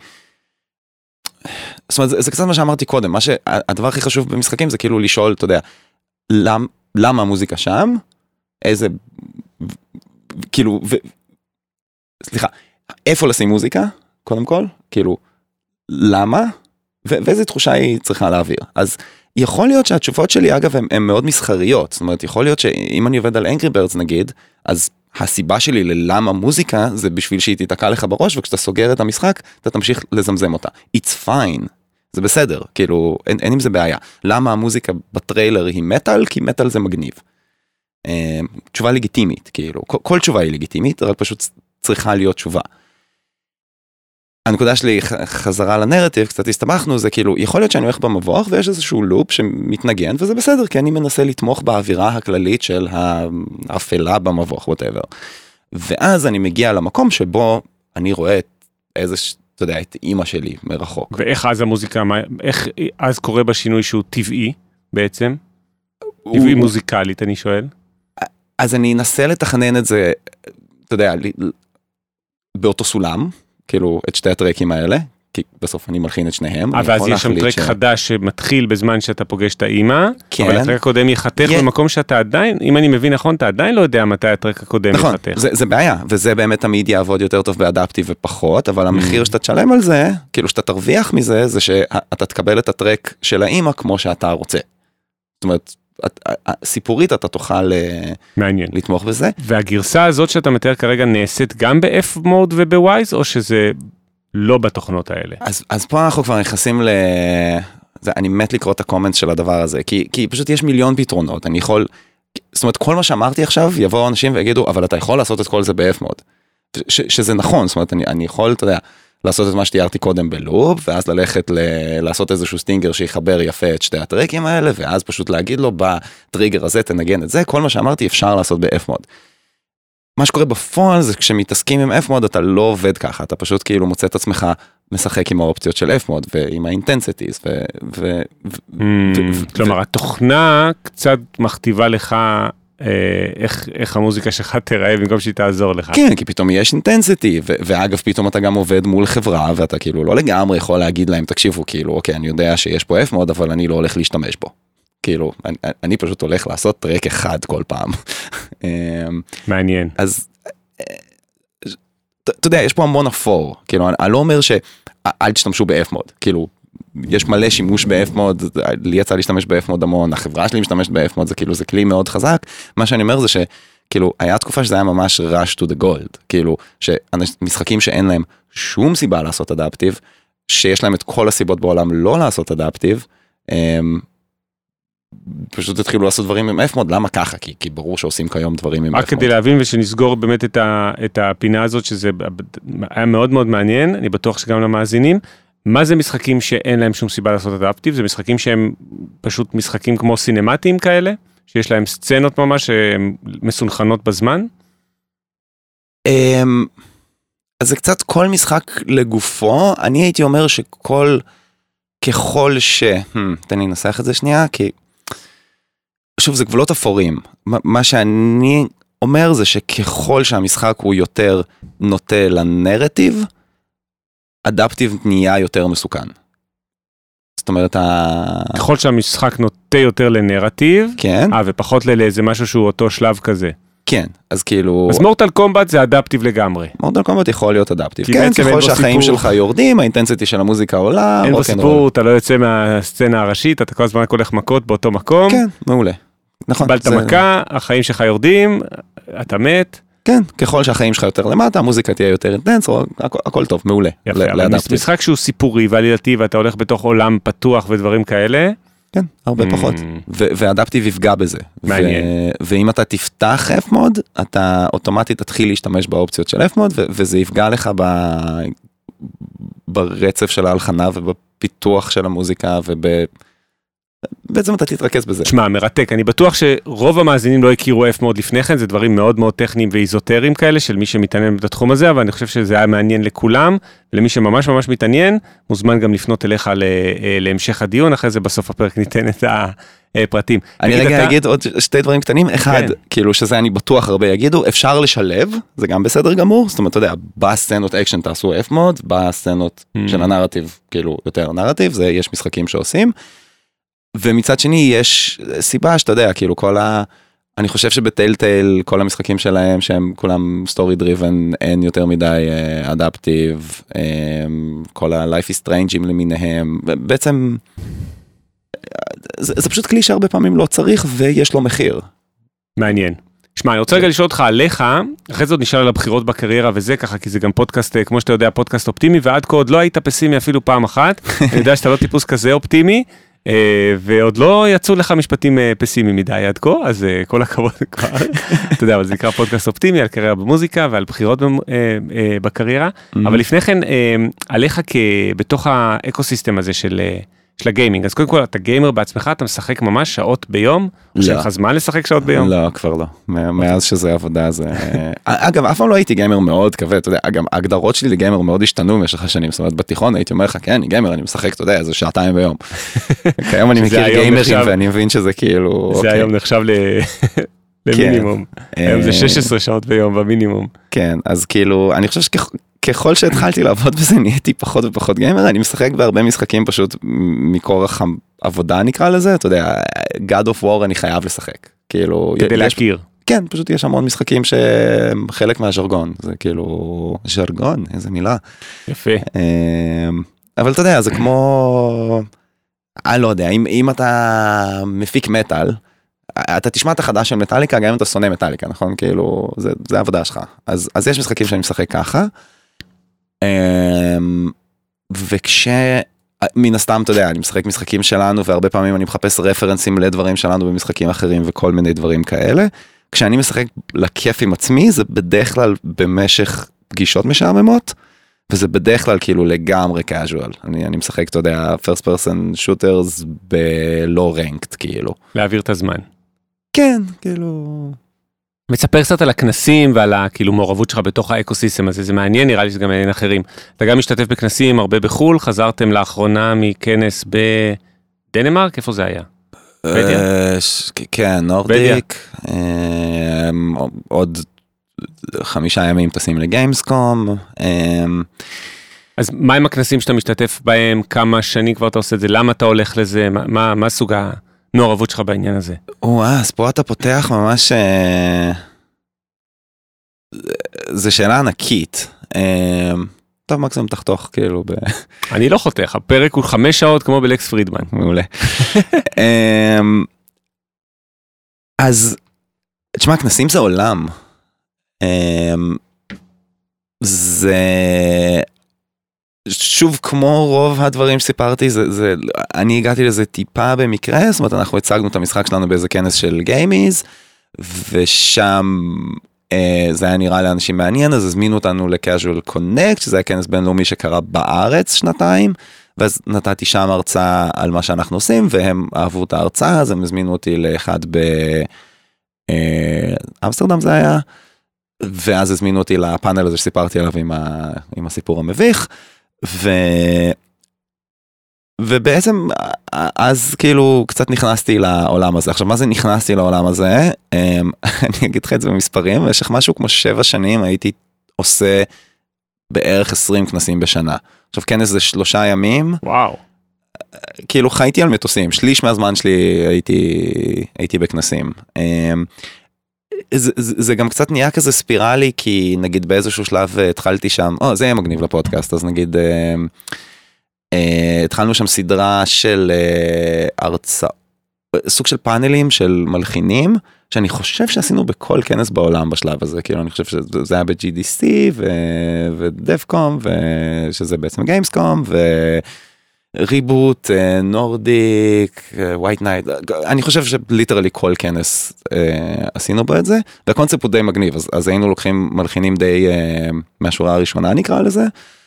זאת אומרת, זה, זה קצת מה שאמרתי קודם, מה שהדבר הכי חשוב במשחקים זה כאילו לשאול, אתה יודע, למ, למה המוזיקה שם, איזה, כאילו, ו, סליחה, איפה לשים מוזיקה, קודם כל, כאילו, למה, ו, ואיזה תחושה היא צריכה להעביר. אז יכול להיות שהתשובות שלי, אגב, הן מאוד מסחריות, זאת אומרת, יכול להיות שאם אני עובד על Angry Birds נגיד, אז הסיבה שלי ללמה מוזיקה זה בשביל שהיא תתקע לך בראש, וכשאתה סוגר את המשחק, אתה תמשיך לזמזם אותה. It's fine. זה בסדר, כאילו, אין, אין עם זה בעיה. למה המוזיקה בטריילר היא מטל? כי מטל זה מגניב. תשובה לגיטימית, כאילו, כל, כל תשובה היא לגיטימית, אבל פשוט צריכה להיות תשובה. הנקודה שלי חזרה לנרטיב, קצת הסתמכנו, זה כאילו, יכול להיות שאני הולך במבוך, ויש איזשהו לופ שמתנגן, וזה בסדר, כי אני מנסה לתמוך באווירה הכללית של האפלה במבוך, whatever. ואז אני מגיע למקום שבו אני רואה איזה, אתה יודע, את אימא שלי מרחוק. ואיך אז המוזיקה, איך אז קורה בשינוי שהוא טבעי בעצם? טבעי מוזיקלית, אני שואל. אז אני אנסה לתכנן את זה, אתה יודע, באותו סולם, כאילו, את שתי הטרקים האלה, כי בסוף אני מלחין את שניהם. אבל אז יש שם טרק חדש שמתחיל בזמן שאתה פוגש את האמא, אבל הטרק הקודם יחתך במקום שאתה עדיין, אם אני מבין נכון, אתה עדיין לא יודע מתי הטרק הקודם יחתך. נכון, זה בעיה, וזה באמת תמיד יעבוד יותר טוב באדפטיב ופחות, אבל המחיר שאתה תשלם על זה, כאילו שאתה תרוויח מזה, זה שאתה תקבל את הטרק של האמא כמו שאתה רוצה. זאת אומרת, סיפורית אתה תוכל לתמוך בזה. והגרסה הזאת שאתה מתאר כרגע נעשית גם ב-F מוד וב-Wise, או שזה לא בתוכנות האלה? אז, אז פה אנחנו כבר נכנסים ל... זה, אני מת לקרוא את הקומנט של הדבר הזה, כי, כי פשוט יש מיליון פתרונות, אני יכול... זאת אומרת, כל מה שאמרתי עכשיו, יבואו אנשים ויגידו, אבל אתה יכול לעשות את כל זה ב-F מוד. ש, שזה נכון, זאת אומרת, אני, אני יכול, אתה יודע, לעשות את מה שתיארתי קודם בלופ, ואז ללכת ל- לעשות איזשהו סטינגר שיחבר יפה את שתי הטרקים האלה, ואז פשוט להגיד לו, בטריגר הזה תנגן את זה, כל מה שאמרתי אפשר לעשות ב-F מוד. מה שקורה בפועל זה כשמתעסקים עם F מוד, אתה לא עובד ככה, אתה פשוט כאילו מוצא את עצמך משחק עם האופציות של F מוד, ועם האינטנסיטיז, ו... ו... כלומר, התוכנה קצת מכתיבה לך איך, איך המוזיקה שלך תראה במקום שהיא תעזור לך. כן, כי פתאום יש אינטנסיטי, ו- ואגב פתאום אתה גם עובד מול חברה, ואתה כאילו לא לגמרי יכול להגיד להם, תקשיבו, כאילו, אוקיי, אני יודע שיש פה F מוד, אבל אני לא הולך להשתמש בו. כאילו, אני, אני פשוט הולך לעשות טרק אחד כל פעם. מעניין. אז, אתה יודע, יש פה המון אפור, כאילו, אני, אני לא אומר שאל תשתמשו ב-F מוד, כאילו, יש מלא שימוש ב-F מוד, לי יצא להשתמש ב-F מוד המון, החברה שלי משתמשת ב-F מוד, זה כאילו, זה כלי מאוד חזק, מה שאני אומר זה שכאילו, היה תקופה שזה היה ממש rush to the gold, כאילו, שמשחקים שאין להם שום סיבה לעשות אדפטיב, שיש להם את כל הסיבות בעולם לא לעשות אדפטיב, פשוט התחילו לעשות דברים עם F מוד, למה ככה? כי, כי ברור שעושים כיום דברים עם F מוד. רק כדי להבין ושנסגור באמת את, ה, את הפינה הזאת, שזה היה מאוד מאוד מעניין, אני בטוח שגם למאזינים, מה זה משחקים שאין להם שום סיבה לעשות אדפטיב? זה משחקים שהם פשוט משחקים כמו סינמטיים כאלה, שיש להם סצנות ממש מסונכנות בזמן? אז זה קצת כל משחק לגופו, אני הייתי אומר שכל, ככל ש... תן לי לנסח את זה שנייה, כי... שוב, זה גבולות אפורים. מה שאני אומר זה שככל שהמשחק הוא יותר נוטה לנרטיב, אדפטיב נהיה יותר מסוכן. זאת אומרת, ככל שהמשחק נוטה יותר לנרטיב, כן. אה, ופחות לאיזה משהו שהוא אותו שלב כזה. כן, אז כאילו... אז מורטל קומבט זה אדפטיב לגמרי. מורטל קומבט יכול להיות אדפטיב. כן, ככל שהחיים שלך יורדים, האינטנסיטי של המוזיקה עולה. אין בו סיפור, אתה לא יוצא מהסצנה הראשית, אתה כל הזמן הולך מכות באותו מקום. כן, מעולה. נכון. קיבלת מכה, החיים שלך יורדים, אתה מת. כן, ככל שהחיים שלך יותר למטה, המוזיקה תהיה יותר אינטנס, הכל טוב, מעולה. משחק שהוא סיפורי ועלילתי, ואתה הולך בתוך עולם פתוח ודברים כאלה. כן, הרבה פחות. ואדפטיב יפגע בזה. מעניין. ואם אתה תפתח F מוד, אתה אוטומטית תתחיל להשתמש באופציות של F מוד, וזה יפגע לך ברצף של ההלחנה ובפיתוח של המוזיקה וב... בעצם אתה תתרכז בזה. תשמע, מרתק, אני בטוח שרוב המאזינים לא הכירו F מוד לפני כן, זה דברים מאוד מאוד טכניים ואיזוטריים כאלה, של מי שמתעניין בתחום הזה, אבל אני חושב שזה היה מעניין לכולם, למי שממש ממש מתעניין, מוזמן גם לפנות אליך להמשך הדיון, אחרי זה בסוף הפרק ניתן את הפרטים. אני רגע אגיד עוד שתי דברים קטנים, אחד, כאילו שזה אני בטוח הרבה יגידו, אפשר לשלב, זה גם בסדר גמור, זאת אומרת, אתה יודע, בסצנות אקשן תעשו F מוד, בסצנות של הנרטיב, כאילו יותר נרטיב, זה יש משחקים שעושים. ומצד שני יש סיבה שאתה יודע, כאילו כל ה... אני חושב שבטלטייל כל המשחקים שלהם שהם כולם סטורי דריבן, אין יותר מדי אדפטיב, כל ה-Life is Strange'ים למיניהם, בעצם זה, זה פשוט כלי שהרבה פעמים לא צריך ויש לו מחיר. מעניין. שמע, אני רוצה רגע לשאול אותך עליך, אחרי זה עוד נשאל על הבחירות בקריירה וזה ככה, כי זה גם פודקאסט, כמו שאתה יודע, פודקאסט אופטימי, ועד כה עוד לא היית פסימי אפילו פעם אחת, אני יודע שאתה לא טיפוס כזה אופטימי, ועוד לא יצאו לך משפטים פסימיים מדי עד כה, אז כל הכבוד כבר, אתה יודע, אבל זה נקרא פודקאסט אופטימי על קריירה במוזיקה ועל בחירות בקריירה, אבל לפני כן, עליך בתוך האקוסיסטם הזה של הגיימינג, אז קודם כל אתה גיימר בעצמך, אתה משחק ממש שעות ביום, או שאין לך זמן לשחק שעות ביום? לא, כבר לא, מאז שזה עבודה זה... אגב, אף פעם לא הייתי גיימר מאוד כבד, אתה יודע, גם ההגדרות שלי לגיימר מאוד השתנו במשך השנים, זאת אומרת, בתיכון הייתי אומר לך, כן, אני גיימר, אני משחק, אתה יודע, איזה שעתיים ביום. כיום אני מכיר גיימרים ואני מבין שזה כאילו... זה היום נחשב למינימום, היום זה שש עשרה שעות ביום במינימום. כן, אז כאילו, אני חושב ככל שהתחלתי לעבוד בזה, נהייתי פחות ופחות גיימר, אני משחק בהרבה משחקים פשוט מכורח העבודה נקרא לזה, אתה יודע, God of War אני חייב לשחק, כאילו... כדי להכיר. כן, פשוט יש המון משחקים שהם חלק מהז'רגון, זה כאילו, ז'רגון, איזה מילה. יפה. אבל אתה יודע, זה כמו, אני לא יודע, אם, אם אתה מפיק מטל, אתה תשמע את החדש של מטליקה, גם אם אתה שונא מטליקה, נכון? כאילו, זה, זה העבודה שלך. אז, אז יש משחקים שאני משחק ככה, וכש... מן הסתם, אתה יודע, אני משחק משחקים שלנו, והרבה פעמים אני מחפש רפרנסים לדברים שלנו במשחקים אחרים, וכל מיני דברים כאלה. כשאני משחק לכיף עם עצמי, זה בדרך כלל במשך פגישות משעממות, וזה בדרך כלל כאילו לגמרי casual. אני, אני משחק, אתה יודע, first person shooters בלא ranked, כאילו. להעביר את הזמן. כן, כאילו... מצפר קצת על הכנסים ועל כאילו מעורבות שלך בתוך האקוסיסטם הזה, זה מעניין, נראה לי שזה גם מעניין אחרים. אתה גם משתתף בכנסים הרבה בחול, חזרתם לאחרונה מכנס בדנמרק, איפה זה היה? כן, נורדיק, עוד חמישה ימים טסים לגיימסקום. אז מה עם הכנסים שאתה משתתף בהם, כמה שנים כבר אתה עושה את זה, למה אתה הולך לזה, מה, מה סוג המעורבות שלך בעניין הזה? וואה, אז פה אתה פותח ממש, זה שאלה ענקית. טוב, מקסימום תחתוך, כאילו. אני לא חותך, הפרק הוא חמש שעות כמו בלקס פרידמן. מעולה. אז, תשמע, כנסים זה עולם. זה, שוב, כמו רוב הדברים שסיפרתי, זה, זה, אני הגעתי לזה טיפה במקרה, זאת אומרת, אנחנו הצגנו את המשחק שלנו באיזה כנס של גיימיז, ושם... זה היה נראה לאנשים מעניין, אז הזמינו אותנו ל-Casual Connect, שזה היה כנס בינלאומי שקרה בארץ שנתיים, ואז נתתי שם הרצאה על מה שאנחנו עושים, והם אהבו את ההרצאה, אז הם הזמינו אותי לאחד באמסטרדם זה היה, ואז הזמינו אותי לפאנל הזה שסיפרתי עליו עם, ה... עם הסיפור המביך, ו... ובעצם אז כאילו קצת נכנסתי לעולם הזה. עכשיו מה זה נכנסתי לעולם הזה? אני אגיד לך את זה במספרים, במשך משהו כמו שבע שנים הייתי עושה בערך עשרים כנסים בשנה. עכשיו כנס זה שלושה ימים. וואו. כאילו חייתי על מטוסים, שליש מהזמן שלי הייתי, הייתי בכנסים. זה, זה, זה גם קצת נהיה כזה ספירלי, כי נגיד באיזשהו שלב התחלתי שם, או זה יהיה מגניב לפודקאסט, אז נגיד... Uh, התחלנו שם סדרה של uh, הרצאה, סוג של פאנלים של מלחינים, שאני חושב שעשינו בכל כנס בעולם בשלב הזה, כאילו אני חושב שזה היה ב-ג'י די סי ו-דבקום, ושזה בעצם גיימסקום, וריבוט, נורדיק, ווייט נייט, אני חושב שליטרלי כל כנס uh, עשינו בו את זה, והקונספט הוא די מגניב, אז, אז היינו לוקחים מלחינים די uh, מהשורה הראשונה נקרא לזה,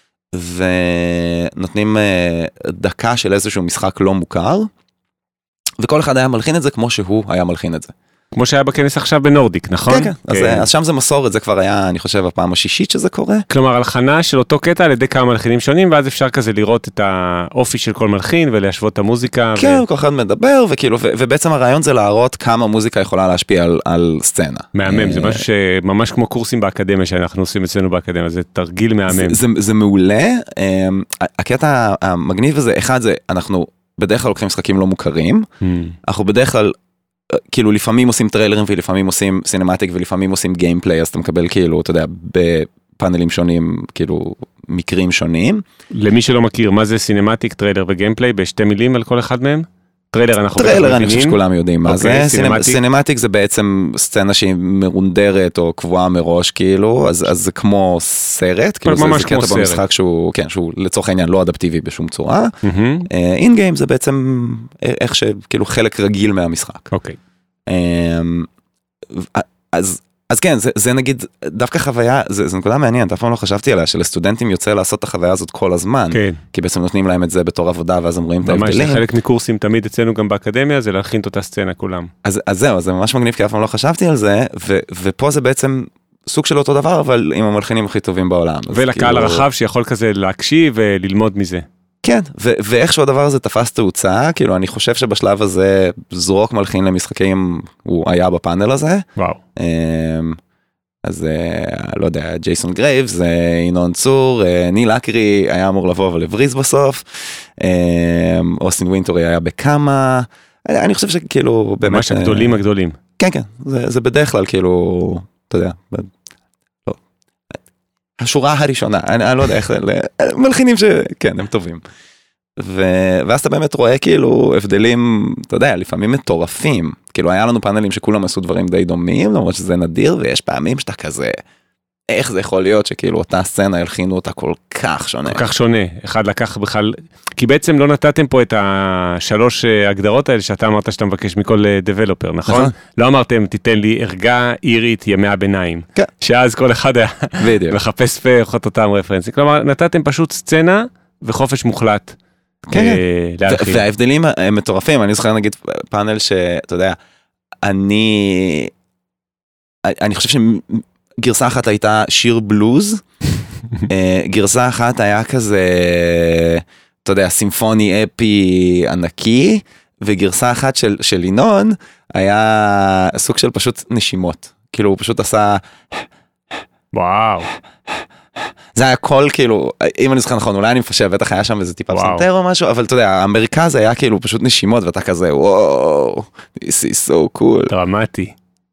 ונותנים דקה של איזשהו משחק לא מוכר, וכל אחד היה מלחין את זה כמו שהוא היה מלחין את זה. כמו שהיה בכנס עכשיו בנורדיק, נכון? כן, כן. אז, אז שם זה מסורת, זה כבר היה, אני חושב, הפעם השישית שזה קורה. כלומר, הלחנה של אותו קטע על ידי כמה מלחינים שונים, ואז אפשר כזה לראות את האופי של כל מלחין, ולהשוות את המוזיקה. כן, ו... כל אחד מדבר, וכאילו, ו- ובעצם הרעיון זה להראות כמה מוזיקה יכולה להשפיע על, על סצנה. מהמם, זה משהו שממש כמו קורסים באקדמיה, שאנחנו עושים אצלנו באקדמיה, זה תרגיל מהמם. זה, זה, זה מעולה. הקטע המגניב הזה, אחד זה, אנחנו בדרך כלל לוקחים משחקים לא מוכרים, אנחנו בדרך כלל כאילו לפעמים עושים טריילרים ולפעמים עושים סינמטיק ולפעמים עושים גיימפליי, אז אתה מקבל כאילו, אתה יודע, בפאנלים שונים, כאילו מקרים שונים. למי שלא מכיר, מה זה סינמטיק, טריילר וגיימפליי, בשתי מילים על כל אחד מהם? טריילר אנחנו טריילר אני חושב שכולם יודעים מה זה. סינמטיק זה בעצם סצנה שהיא מרונדרת או קבועה מראש כאילו, אז זה כמו סרט, כאילו זה קטע במשחק שהוא, כן, שהוא לצורך העניין לא אדפטיבי בשום צורה. אין גיים זה בעצם איך שכאילו חלק רגיל מהמשחק. אוקיי. אז אז כן, זה, זה נגיד, דווקא חוויה, זה, זה נקודה מעניינת, אף פעם לא חשבתי עליה, שלסטודנטים יוצא לעשות את החוויה הזאת כל הזמן, כן. כי בעצם נותנים להם את זה בתור עבודה, ואז אומרים את ההבדלים. ממש, חלק מקורסים תמיד אצלנו גם באקדמיה, זה להכין את אותה סצנה כולם. אז, אז זהו, זה ממש מגניב, כי אף פעם לא חשבתי על זה, ו, ופה זה בעצם סוג של אותו דבר, אבל עם המלחינים הכי טובים בעולם. ולקהל כאילו... הרחב שיכול כזה להקשיב וללמוד מזה. כן, ו- ואיכשהו הדבר הזה תפס תאוצה, כאילו אני חושב שבשלב הזה זרוק מלחין למשחקים, הוא היה בפאנל הזה. וואו. אז לא יודע, ג'ייסון גרייבס, ינון צור, ניל אקרי היה אמור לבוא אבל הבריז בסוף, אוסטין ווינטורי היה בכמה, אני חושב שכאילו באמת... ממש הגדולים הגדולים. כן, כן, זה, זה בדרך כלל כאילו, אתה יודע, לא, השורה הראשונה, אני, אני לא יודע איך, מלחינים שכן, הם טובים. ו... ואז אתה באמת רואה כאילו הבדלים, אתה יודע, לפעמים מטורפים, כאילו היה לנו פאנלים שכולם עשו דברים די דומים, למרות שזה נדיר, ויש פעמים שאתה כזה, איך זה יכול להיות שכאילו אותה סצנה הלחינו אותה כל כך שונה. כל כך שונה, אחד לקח בכלל, כי בעצם לא נתתם פה את השלוש הגדרות האלה שאתה אמרת שאתה מבקש מכל דבלופר, נכון? נכון. לא אמרתם, תיתן לי ערגה אירית ימי הביניים, כן. שאז כל אחד היה מחפש פחות אותם רפרנסים, כלומר נתתם פשוט סצנה וחופש מוחלט. כן, וההבדלים הם מטורפים, אני זוכר נגיד פאנל שאתה יודע, אני, אני חושב שגרסה אחת הייתה שיר בלוז, גרסה אחת היה כזה, אתה יודע, סימפוני אפי ענקי, וגרסה אחת של, של ינון היה סוג של פשוט נשימות, כאילו הוא פשוט עשה, וואו. זה היה כל כאילו, אם אני זוכר נכון, אולי אני מפשע, בטח היה שם איזה טיפה פסנתר או משהו, אבל אתה יודע, המרכז היה כאילו פשוט נשימות, ואתה כזה, וואו, this is so cool. דרמטי.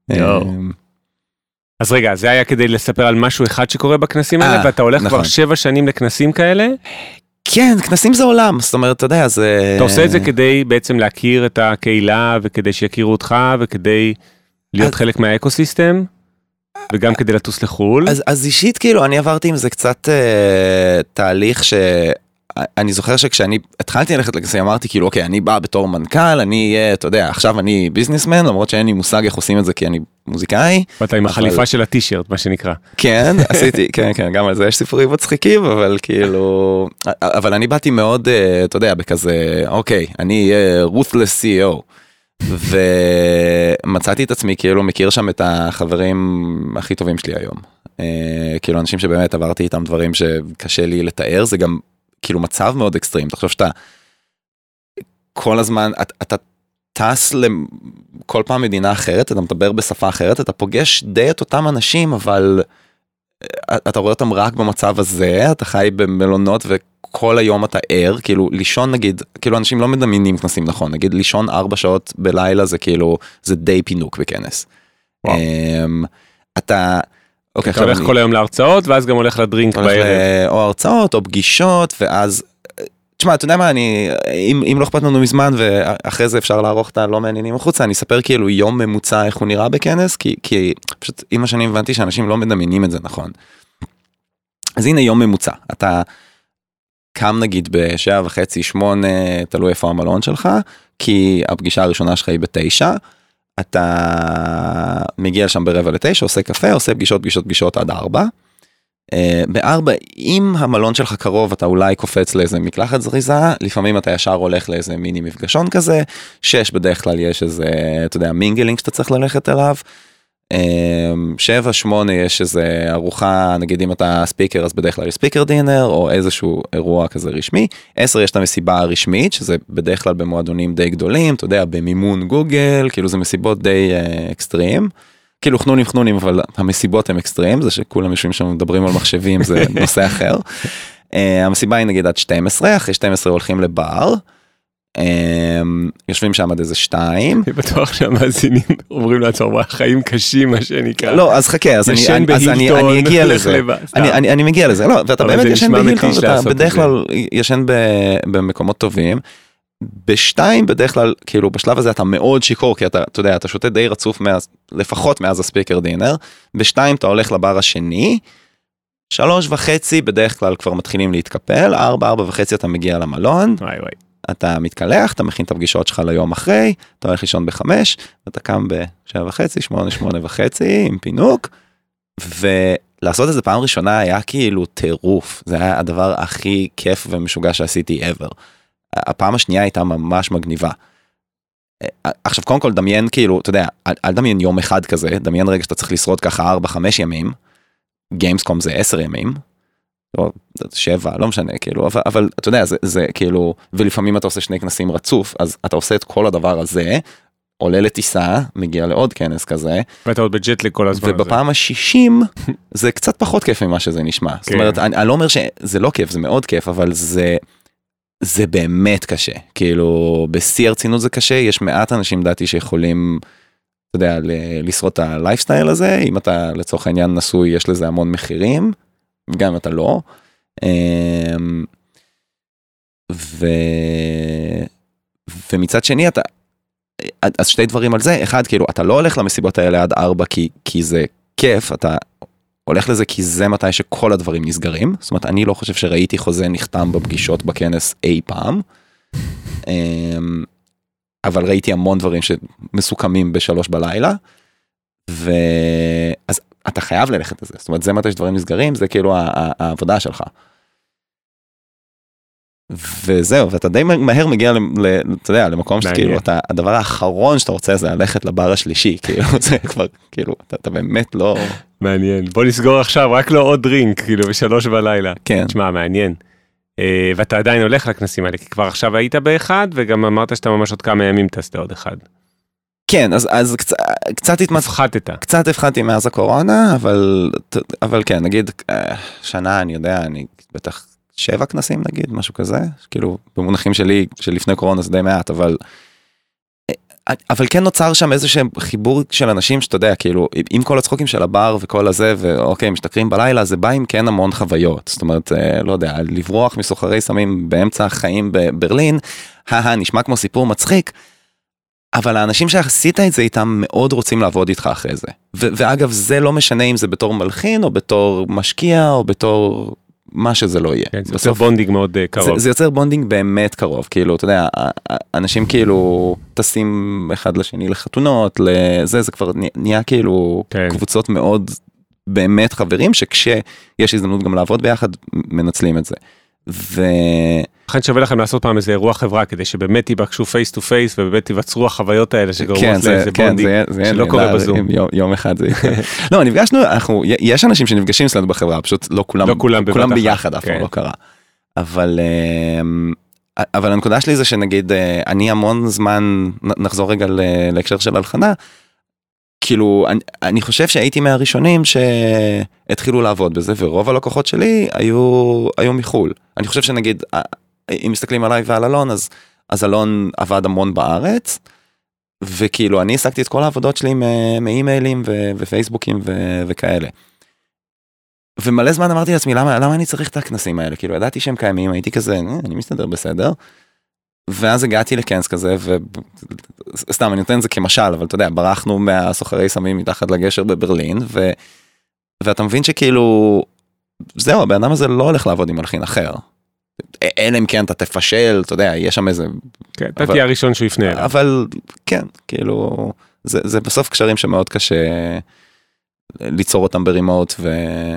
אז רגע, זה היה כדי לספר על משהו אחד שקורה בכנסים האלה, ואתה הולך כבר שבע שנים לכנסים כאלה? כן, כנסים זה עולם, זאת אומרת, אתה יודע, זה... אתה עושה את זה כדי בעצם להכיר את הקהילה, וכדי שיכירו אותך, וכדי להיות חלק מהאקוסיסטם? וגם כדי לטוס לחול. אז, אז אישית כאילו אני עברתי עם זה קצת אה, תהליך שאני זוכר שכשאני התחלתי ללכת לכנסים אמרתי כאילו אוקיי אני בא בתור מנכ"ל, אני אהיה, אתה יודע, עכשיו אני ביזנסמן, למרות שאין לי מושג איך עושים את זה כי אני מוזיקאי. ואתה עם החליפה של הטישרט, מה שנקרא. כן, עשיתי, כן, כן, גם על זה יש סיפורים מצחיקים, אבל כאילו, אבל אני באתי מאוד, אתה יודע, בכזה, אוקיי, אני אהיה ruthless סי אי או. ומצאתי את עצמי כאילו מכיר שם את החברים הכי טובים שלי היום, כאילו אנשים שבאמת עברתי איתם דברים שקשה לי לתאר, זה גם כאילו מצב מאוד אקסטרים, אתה חושב שאתה כל הזמן, אתה טס לכל פעם מדינה אחרת, אתה מדבר בשפה אחרת, אתה פוגש די את אותם אנשים, אבל אתה רואה אותם רק במצב הזה, אתה חי במלונות וכל היום אתה ער, כאילו לישון נגיד, כאילו אנשים לא מדמיינים כנסים נכון, נגיד לישון ארבע שעות בלילה זה כאילו, זה די פינוק בכנס. אתה... אתה הולך כל היום להרצאות ואז גם הולך לדרינק בערב. או הרצאות או פגישות ואז... תשמע, אתה יודע מה, אני, אם, אם לא אכפת לנו מזמן, ואחרי זה אפשר לערוך את הלא מעניינים החוצה, אני אספר כאילו יום ממוצע איך הוא נראה בכנס, כי, כי פשוט עם השנים הבנתי שאנשים לא מדמיינים את זה נכון. אז הנה יום ממוצע, אתה קם נגיד בשעה וחצי, שמונה, תלוי איפה המלון שלך, כי הפגישה הראשונה שלך היא בתשע, אתה מגיע לשם ברבע לתשע, עושה קפה, עושה פגישות, פגישות, פגישות עד ארבע, בארבע, אם המלון שלך קרוב, אתה אולי קופץ לאיזה מקלחת זריזה, לפעמים אתה ישר הולך לאיזה מיני מפגשון כזה, שש בדרך כלל יש איזה, אתה יודע, מינגלינג שאתה צריך ללכת אליו, שבע, שמונה יש איזה ארוחה, נגיד אם אתה ספיקר, אז בדרך כלל יש ספיקר דינר, או איזשהו אירוע כזה רשמי, עשר יש את המסיבה הרשמית, שזה בדרך כלל במועדונים די גדולים, אתה יודע, במימון גוגל, כאילו זה מסיבות די אקסטרים, כאילו חנונים חנונים, אבל המסיבות הם אקסטרים, זה שכולם יושבים שם מדברים על מחשבים, זה נושא אחר. המסיבה היא נגיד עד שתים עשרה, אחרי שתים עשרה הולכים לבר, יושבים שם עד איזה שתיים. אני בטוח שהמאזינים אומרים לעצמם, חיים קשים מה שנקרא. לא, אז חכה, אז אני אגיע לזה. אני מגיע לזה, לא, ואתה באמת ישן בהילטון, ואתה בדרך כלל ישן במקומות טובים, בשתיים בדרך כלל, כאילו בשלב הזה אתה מאוד שיקור, כי אתה, אתה יודע, אתה שותה די רצוף מאז, לפחות מאז הספיקר דינר, בשתיים אתה הולך לבר השני, שלוש וחצי בדרך כלל כבר מתחילים להתקפל, ארבע, ארבע וחצי אתה מגיע למלון, וואי וואי. אתה מתקלח, אתה מכין את הפגישות שלך ליום אחרי, אתה הולך לישון בחמש, ואתה קם בשבע וחצי, שמונה, שמונה וחצי, עם פינוק, ולעשות את זה פעם ראשונה היה כאילו טירוף, זה היה הדבר הכי כיף ומשוגע שעשיתי ever. הפעם השנייה הייתה ממש מגניבה. עכשיו, קודם כל, דמיין כאילו, אתה יודע, אל, אל דמיין יום אחד כזה, דמיין רגע שאתה צריך לשרוד ככה ארבע, חמש ימים, גיימסקום זה עשר ימים, או שבע, לא משנה, כאילו, אבל, אבל אתה יודע, זה, זה כאילו, ולפעמים אתה עושה שני כנסים רצוף, אז אתה עושה את כל הדבר הזה, עולה לטיסה, מגיע לעוד כנס כזה. ואתה עוד בג'ט לכל הזמן הזה. ובפעם ה-שישים זה קצת פחות כיף ממה שזה נשמע. זאת אומרת, אני, אני לא אומר שזה לא כיף, זה מאוד כיף, אבל זה, זה באמת קשה. כאילו, בשיא הרצינות זה קשה, יש מעט אנשים דעתי שיכולים, אתה יודע, לשרוד את הלייפסטייל הזה, אם אתה לצורך העניין נשוי, יש לזה המון מחירים, וגם אם אתה לא. ו... ומצד שני אתה, אז שתי דברים על זה, אחד, כאילו, אתה לא הולך למסיבות האלה עד ארבע כי, כי זה כיף, אתה הולך לזה כי זה מתי שכל הדברים נסגרים, זאת אומרת, אני לא חושב שראיתי חוזה נחתם בפגישות בכנס אי פעם, אבל ראיתי המון דברים שמסוכמים בשלוש בלילה, ואז אתה חייב ללכת לזה, זאת אומרת, זה מתי שדברים נסגרים, זה כאילו העבודה שלך. וזהו, ואתה די מהר מגיע, אתה יודע, למקום שכאילו, הדבר האחרון שאתה רוצה זה ללכת לבר השלישי, כאילו, זה כבר, כאילו, אתה באמת לא... מעניין, בוא נסגור עכשיו, רק לא עוד דרינק, כאילו, בשלוש בלילה. כן. תשמע, מעניין. ואתה עדיין הולך לכנסים האלה, כי כבר עכשיו היית באחד, וגם אמרת שאתה ממש עוד כמה ימים טס לעוד אחד. כן, אז, אז קצת, קצת הפחתת. קצת הפחדתי מאז הקורונה, אבל, אבל כן, נגיד, שנה, אני יודע, אני בטח שבע כנסים נגיד, משהו כזה, כאילו, במונחים שלי, שלפני קורונה זה די מעט, אבל, אבל כן נוצר שם איזשהו חיבור של אנשים שאתה יודע, כאילו, עם כל הצחוקים של הבר וכל הזה, ואוקיי, משתכרים בלילה, זה בא עם כן המון חוויות, זאת אומרת, לא יודע, לברוח מסוחרי סמים באמצע החיים בברלין, הא, נשמע כמו סיפור מצחיק, אבל האנשים שעשית את זה איתם מאוד רוצים לעבוד איתך אחרי זה. ו- ואגב, זה לא משנה אם זה בתור מלחין, או בתור משקיע, או בתור מה שזה לא יהיה. כן, זה בסוף, יוצר בונדינג מאוד uh, קרוב. זה, זה יוצר בונדינג באמת קרוב, כאילו, אתה יודע, אנשים כאילו טסים אחד לשני לחתונות, לזה, זה כבר נהיה כאילו כן. קבוצות מאוד באמת חברים, שכשיש הזדמנות גם לעבוד ביחד, מנצלים את זה. ו... לכן שווה לכם לעשות פעם איזה אירוע חברה, כדי שבאמת ייבקשו פייס טו פייס, ובאמת ייווצרו החוויות האלה שגורמות לאיזה בונדינג, שלא קורה בזום. יום אחד זה... לא, נפגשנו, אנחנו, יש אנשים שנפגשים אצלנו בחברה, פשוט לא כולם, כולם ביחד, אף פעם לא קרה. אבל, אבל הנקודה שלי זה שנגיד, אני המון זמן, נחזור רגע להקשר של הלחנה, כאילו, אני, אני חושב שהייתי מהראשונים שהתחילו לעבוד בזה, ורוב הלקוחות שלי היו, היו מחול. אני חושב שנגיד, אם מסתכלים עליי ועל אלון, אז, אז אלון עבד המון בארץ, וכאילו, אני עסקתי את כל העבודות שלי מאימיילים ו- ופייסבוקים ו- וכאלה. ומלא זמן אמרתי לעצמי, למה, למה אני צריך את הכנסים האלה? כאילו, ידעתי שהם קיימים, הייתי כזה, אני מסתדר בסדר. ואז הגעתי לכנס כזה, וסתם, אני נותן את זה כמשל, אבל אתה יודע, ברחנו מהסוחרי סמים מתחת לגשר בברלין, ו... ואתה מבין שכאילו, זהו, הבן אדם הזה לא הולך לעבוד עם מלחין אחר. אלא אם כן, אתה תפשל, אתה יודע, יש שם איזה... כן, אתה תהיה הראשון שהוא יפנה אליו. אבל, כן, כאילו, זה, זה בסוף קשרים שמאוד קשה ליצור אותם ברימוט, ו...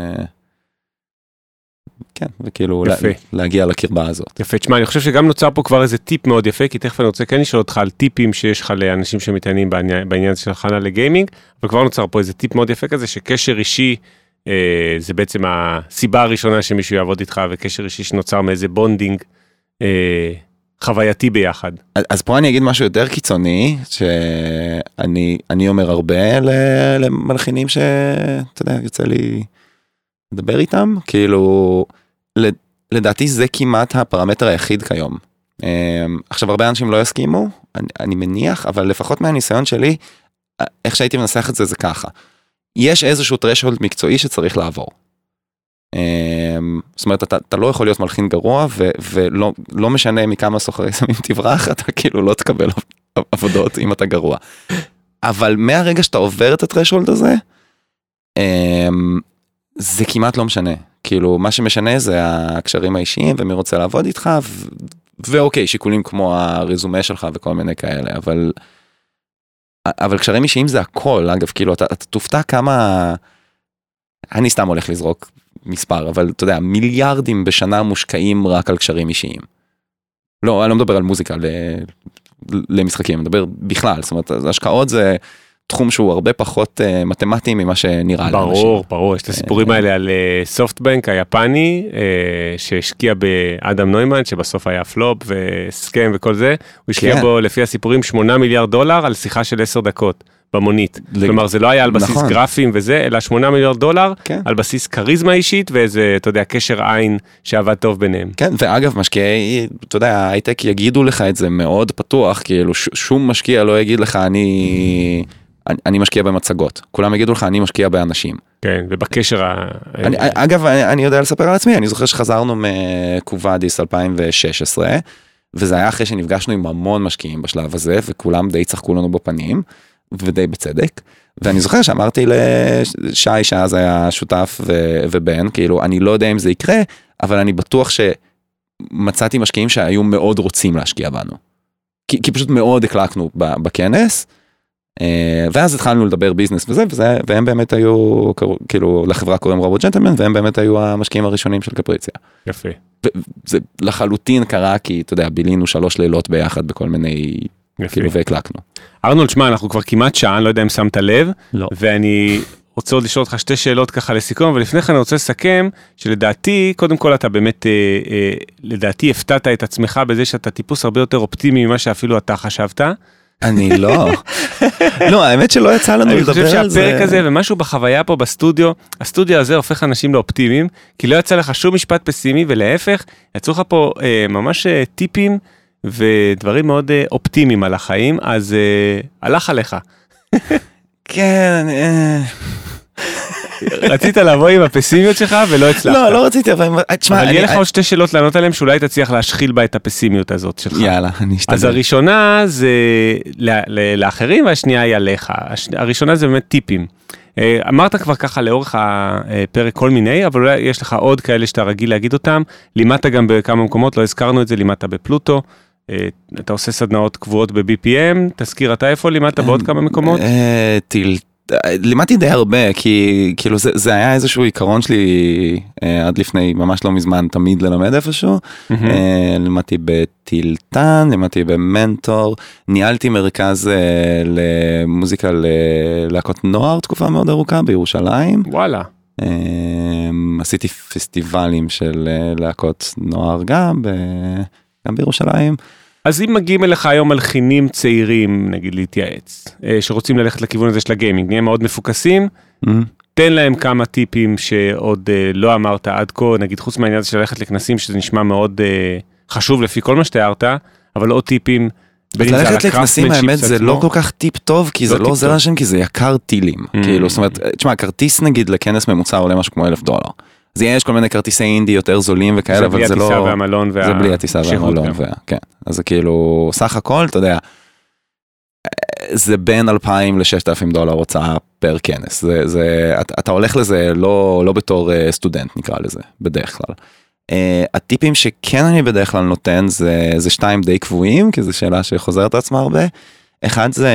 כן, וכאילו לה, להגיע לקרבה הזאת. יפה, תשמע, אני חושב שגם נוצר פה כבר איזה טיפ מאוד יפה, כי תכף אני רוצה כן לשאול אותך על טיפים שיש לך לאנשים שמתעניינים בעניין, בעניין של הכנה לגיימינג, אבל כבר נוצר פה איזה טיפ מאוד יפה כזה, שקשר אישי, אה, זה בעצם הסיבה הראשונה שמישהו יעבוד איתך, וקשר אישי שנוצר מאיזה בונדינג אה, חווייתי ביחד. אז, אז פה אני אגיד משהו יותר קיצוני, שאני אני אומר הרבה למלחינים שאתה יודע, יוצא לי לדבר איתם, כאילו... לדעתי זה כמעט הפרמטר היחיד כיום. עכשיו, הרבה אנשים לא יסכימו, אני, אני מניח, אבל לפחות מהניסיון שלי, איך שהייתי מנסח את זה, זה ככה. יש איזשהו threshold מקצועי שצריך לעבור. זאת אומרת, אתה, אתה לא יכול להיות מלחין גרוע, ו, ולא לא משנה מכמה סוחרי סמים תברח, אתה כאילו לא תקבל עבודות אם אתה גרוע. אבל מהרגע שאתה עובר את ה-threshold הזה, זה כמעט לא משנה. כאילו, מה שמשנה זה הקשרים האישיים, ומי רוצה לעבוד איתך, ו... ואוקיי, שיקולים כמו הרזומה שלך וכל מיני כאלה, אבל, אבל קשרים אישיים זה הכל, אגב, כאילו, אתה, אתה תופתע כמה, אני סתם הולך לזרוק מספר, אבל אתה יודע, מיליארדים בשנה מושקעים רק על קשרים אישיים. לא, אני לא מדבר על מוזיקה ל... למשחקים, אני מדבר בכלל, זאת אומרת, השקעות זה, תחום שהוא הרבה פחות uh, מתמטי ממה שנראה לאנשים. ברור, ברור, יש את הסיפורים האלה על סופטבנק היפני, שהשקיע באדם נוימן, שבסוף היה פלופ וסקם וכל זה, הוא השקיע בו לפי הסיפורים שמונה מיליארד דולר על שיחה של עשר דקות במונית. כלומר, זה לא היה על בסיס גרפים וזה, אלא שמונה מיליארד דולר על בסיס קריזמה אישית, ואיזה, אתה יודע, קשר עין שעבד טוב ביניהם. כן, ואגב, משקיעי, אתה יודע, ההייטק יגידו לך את זה מאוד פתוח, כאילו שום משקיע לא יגיד לך, אני... אני משקיע במצגות, כולם יגידו לך, אני משקיע באנשים. כן, ובקשר ה... אני, אגב, אני, אני יודע לספר על עצמי, אני זוכר שחזרנו מקובדיס אלפיים ושש עשרה, וזה היה אחרי שנפגשנו עם המון משקיעים בשלב הזה, וכולם די צחקו לנו בפנים, ודי בצדק, ואני זוכר שאמרתי לשי, שאז היה שותף ו, ובן, כאילו, אני לא יודע אם זה יקרה, אבל אני בטוח שמצאתי משקיעים שהיו מאוד רוצים להשקיע בנו. כי, כי פשוט מאוד הקלקנו בכנס, ואז התחלנו לדבר ביזנס וזה, וזה, והם באמת היו, כאילו, לחברה קוראים רובוט ג'נטלמן, והם באמת היו המשקיעים הראשונים של קפריציה. יפה. וזה לחלוטין קרה, כי, אתה יודע, בילינו שלוש לילות ביחד בכל מיני, כאילו, והקלקנו. ארנולד, שמע, אנחנו כבר כמעט שעה, אני לא יודע אם שמת לב, לא. ואני רוצה עוד לשאול אותך שתי שאלות ככה לסיכום, ולפני כן אני רוצה לסכם, שלדעתי, קודם כל אתה באמת, אה, אה, לדעתי הפתעת את עצמך בזה שאתה טיפוס הרבה יותר אופטימי ממה שאפילו אתה חשבת, אני לא. לא, האמת שלא יצא לנו לדבר על זה. אני חושב שהפרק הזה ומשהו בחוויה פה בסטודיו, הסטודיו הזה הופך אנשים לאופטימיים, כי לא יצא לך שום משפט פסימי, ולהפך, יצאו לך פה אה, ממש אה, טיפים ודברים מאוד אה, אופטימיים על החיים, אז אה, הלך עליך. כן, אה... רצית לבוא עם הפסימיות שלך ולא הצלחת. לא, לא רציתי, אבל... אבל יהיה לך עוד שתי שאלות לענות עליהן, שאולי תצליח להשחיל בה את הפסימיות הזאת שלך. יאללה, אני אשתדל. אז הראשונה זה לאחרים, והשנייה היא עליך. הראשונה זה באמת טיפים. אמרת כבר ככה לאורך הפרק כל מיני, אבל אולי יש לך עוד כאלה שאתה רגיל להגיד אותם. לימדת גם בכמה מקומות, לא הזכרנו את זה, לימדת בפלוטו. אתה עושה סדנאות קבועות ב-בי פי אם, תזכיר אתה איפה לימדת בעוד כמה מקומות? טיל. לימדתי די הרבה, כי כאילו זה, זה היה איזשהו עיקרון שלי אה, עד לפני ממש לא מזמן, תמיד ללמד איפשהו. Mm-hmm. אה, לימדתי בטילטן, לימדתי במנטור, ניהלתי מרכז אה, למוזיקה ללהקות נוער, תקופה מאוד ארוכה בירושלים. וואלה. אה, עשיתי פסטיבלים של אה, להקות נוער גם, ב, גם בירושלים. אז אם מגיעים אליך היום מלחינים צעירים, נגיד להתייעץ, שרוצים ללכת לכיוון הזה של הגיימינג, נהיה מאוד מפוקסים, mm-hmm. תן להם כמה טיפים שעוד לא אמרת עד כה, נגיד חוץ מהעניין הזה של ללכת לכנסים, שזה נשמע מאוד חשוב לפי כל מה שתיארת, אבל עוד טיפים, אז ללכת לכנסים, האמת, זה לא כל כך טיפ טוב, כי זה לא עוזר לאנשים, כי זה יקר טילים. כאילו, זאת אומרת, תשמע, כרטיס נגיד לכנס ממוצע עולה משהו כמו אלף דולר. אז יש כל מיני כרטיסי אינדי יותר זולים וכאלה, אבל זה לא... זה בלי הטיסה והמלון וה... זה בלי הטיסה והמלון, כן. אז זה כאילו, סך הכל, אתה יודע, זה בין אלפיים לששת אלפים דולר הוצאה פר כנס. זה, זה, אתה הולך לזה לא, לא בתור סטודנט, נקרא לזה, בדרך כלל. הטיפים שכן אני בדרך כלל נותן, זה, זה שתיים די קבועים, כי זו שאלה שחוזרת עצמה הרבה. אחד זה...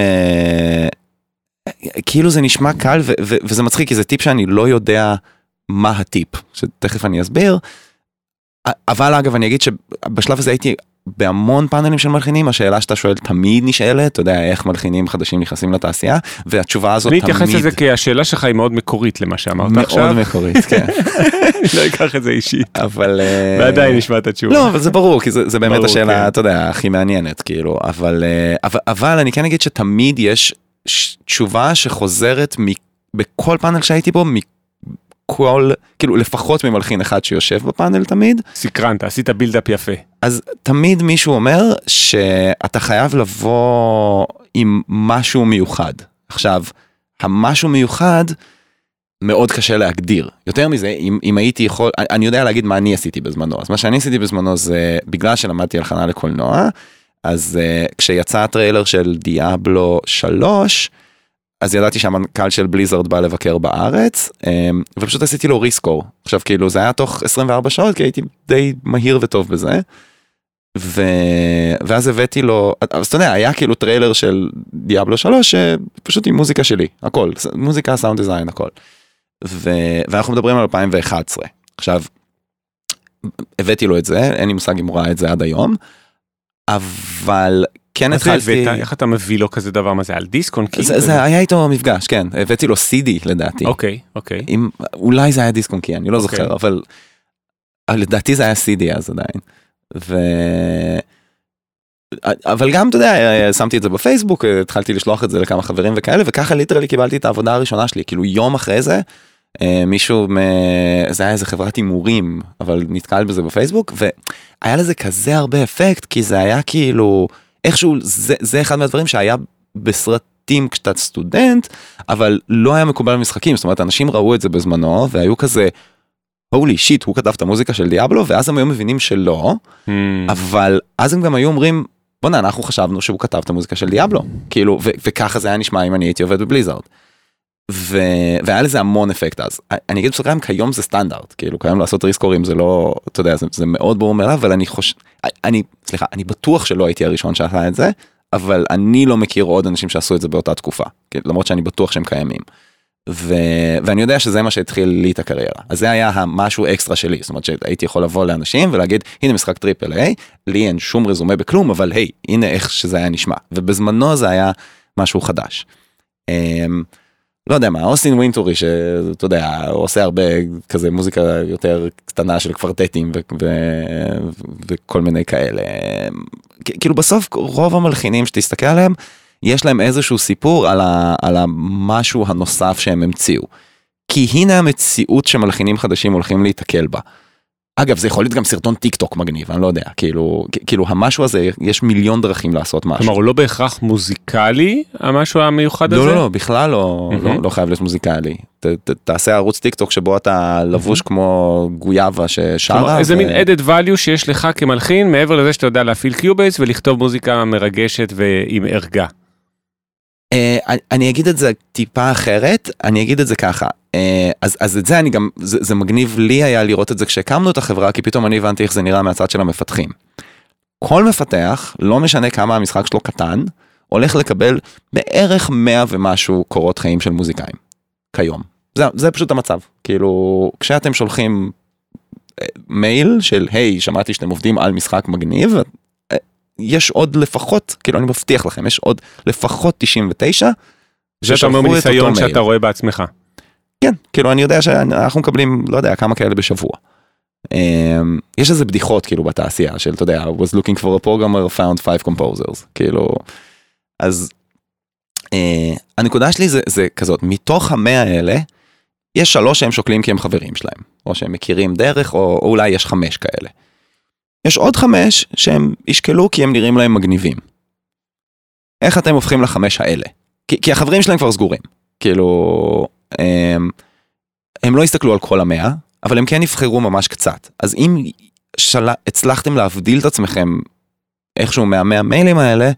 כאילו זה נשמע קל, ו- ו- וזה מצחיק, כי זה טיפ שאני לא יודע מה הטיפ, שתכף אני אסביר, אבל אגב אני אגיד שבשלב הזה הייתי בהמון פאנלים של מלחינים, השאלה שאתה שואל תמיד נשאלת, אתה יודע איך מלחינים חדשים נכנסים לתעשייה, והתשובה הזאת תמיד... אני אתייחס לזה כי השאלה שלך היא מאוד מקורית למה שאמרת עכשיו. מאוד מקורית, כן. אני לא אקח את זה אישית. אבל... ועדיין נשמע את התשובה. לא, אבל זה ברור, כי זה באמת השאלה, אתה יודע, הכי מעניינת, כאילו, אבל אני כן אגיד שתמיד יש תשובה שחוזרת בכל פאנל שהייתי בו, כל, כאילו לפחות ממלחין אחד שיושב בפאנל תמיד. סקרנת, עשית בילדאפ יפה. אז תמיד מישהו אומר שאתה חייב לבוא עם משהו מיוחד. עכשיו, המשהו מיוחד מאוד קשה להגדיר. יותר מזה, אם, אם הייתי יכול, אני יודע להגיד מה אני עשיתי בזמנו. אז מה שאני עשיתי בזמנו זה, בגלל שלמדתי הלחנה לקולנוע, אז uh, כשיצא הטריילר של דיאבלו שלוש, אז ידעתי שהמנכ"ל של בליזרד בא לבקר בארץ, ופשוט עשיתי לו ריסקור. עכשיו, כאילו, זה היה תוך עשרים וארבע שעות, כי הייתי די מהיר וטוב בזה. ו... ואז הבאתי לו, אז אתה יודע, היה כאילו טריילר של דיאבלו שלוש, פשוט עם מוזיקה שלי, הכל, מוזיקה, סאונד דיזיין, הכל. ו... ואנחנו מדברים על אלפיים ואחת עשרה. עכשיו, הבאתי לו את זה, אין לי מושג אם הוא ראה את זה עד היום, אבל כן התחלתי... איך אתה מביא לו כזה דבר? מה זה, על דיסק? זה היה איתו מפגש, כן. הבאתי לו סי די לדעתי. אוקיי, אוקיי. אולי זה היה דיסק און קי, אני לא זוכר, אבל לדעתי זה היה סי די אז עדיין. ו... אבל גם, אתה יודע, שמתי את זה בפייסבוק, התחלתי לשלוח את זה לכמה חברים וכאלה, וככה ליטרלי קיבלתי את העבודה הראשונה שלי, כאילו יום אחרי זה, מישהו, זה היה איזה חברת אימורים, אבל נתקל בזה בפייסבוק, והיה לזה כזה הרבה אפקט, כי זה היה כאילו, איכשהו, זה, זה אחד מהדברים שהיה בסרטים כשאתה סטודנט, אבל לא היה מקובל במשחקים, זאת אומרת, אנשים ראו את זה בזמנו, והיו כזה, הולי שיט, הוא כתב את המוזיקה של דיאבלו, ואז הם היו מבינים שלא, mm. אבל אז הם גם היו אומרים, בונה, אנחנו חשבנו שהוא כתב את המוזיקה של דיאבלו, כאילו, ו- וככה זה היה נשמע אם אני הייתי עובד בבליזארד. ו- והיה לזה המון אפקט אז. אני אגיד בסוגריים, כיום זה סטנדרט, כאילו, כיום לעשות ריסקורים זה לא, אתה יודע, זה, זה מאוד ברור מאליו, אבל אני חושב, אני, סליחה, אני בטוח שלא הייתי הראשון שעשה את זה, אבל אני לא מכיר עוד אנשים שעשו את זה באותה תקופה, למרות שאני בטוח שהם קיימים. ו... ואני יודע שזה מה שהתחיל לי את הקריירה. אז זה היה משהו אקסטרה שלי, זאת אומרת שהייתי יכול לבוא לאנשים ולהגיד, הנה משחק טריפל איי, לי אין שום רזומה בכלום, אבל היי, הנה איך שזה היה נשמע. ובזמנו זה היה משהו חדש. לא יודע מה, אוסטין ווינטורי, שאתה יודע, עושה הרבה כזה מוזיקה יותר קטנה של קוורטטים ו... ו... וכל מיני כאלה. כאילו בסוף רוב המלחינים שתסתכל עליהם, יש להם איזשהו סיפור על, ה, על המשהו הנוסף שהם המציאו. כי הנה המציאות שמלחינים חדשים הולכים להתקל בה. אגב, זה יכול להיות גם סרטון טיק טוק מגניב, אני לא יודע, כאילו, כאילו המשהו הזה, יש מיליון דרכים לעשות משהו. כלומר, הוא לא בהכרח מוזיקלי, המשהו המיוחד הזה? לא, לא, לא, בכלל לא, mm-hmm. לא, לא חייב להיות מוזיקלי. ת, ת, תעשה ערוץ טיק טוק שבו אתה לבוש mm-hmm. כמו גויאבה ששרה. כלומר, ו... איזה מין added value שיש לך כמלחין, מעבר לזה שאתה יודע להפעיל קיובייס ולכתוב מוזיקה מרגשת ועם ערגה. Uh, אני אגיד את זה טיפה אחרת, אני אגיד את זה ככה, uh, אז, אז את זה אני גם, זה, זה מגניב לי היה לראות את זה כשהקמנו את החברה, כי פתאום אני הבנתי איך זה נראה מהצד של המפתחים. כל מפתח, לא משנה כמה המשחק שלו קטן, הולך לקבל בערך מאה ומשהו קורות חיים של מוזיקאים, כיום. זה, זה פשוט המצב, כאילו, כשאתם שולחים מייל של, היי, שמעתי שאתם עובדים על משחק מגניב, יש עוד לפחות, כאילו אני מבטיח לכם, יש עוד לפחות תשעים ותשע, שאתה אומר מניסיון שאתה רואה בעצמך. כן, כאילו אני יודע שאנחנו מקבלים, לא יודע, כמה כאלה בשבוע. יש איזה בדיחות כאילו בתעשייה של, אתה יודע, was looking for a programmer, found five composers, כאילו, אז הנקודה שלי זה, זה כזאת, מתוך המאה האלה, יש שלוש שהם שוקלים כי הם חברים שלהם, או שהם מכירים דרך, או, או אולי יש חמש כאלה. יש עוד חמש שהם ישקלו כי הם נראים להם מגניבים. איך אתם הופכים לחמש האלה? כי, כי החברים שלהם כבר סגורים. כאילו, הם, הם לא הסתכלו על כל המאה, אבל הם כן יבחרו ממש קצת. אז אם של... הצלחתם להבדיל את עצמכם איכשהו מהמאה מיילים האלה,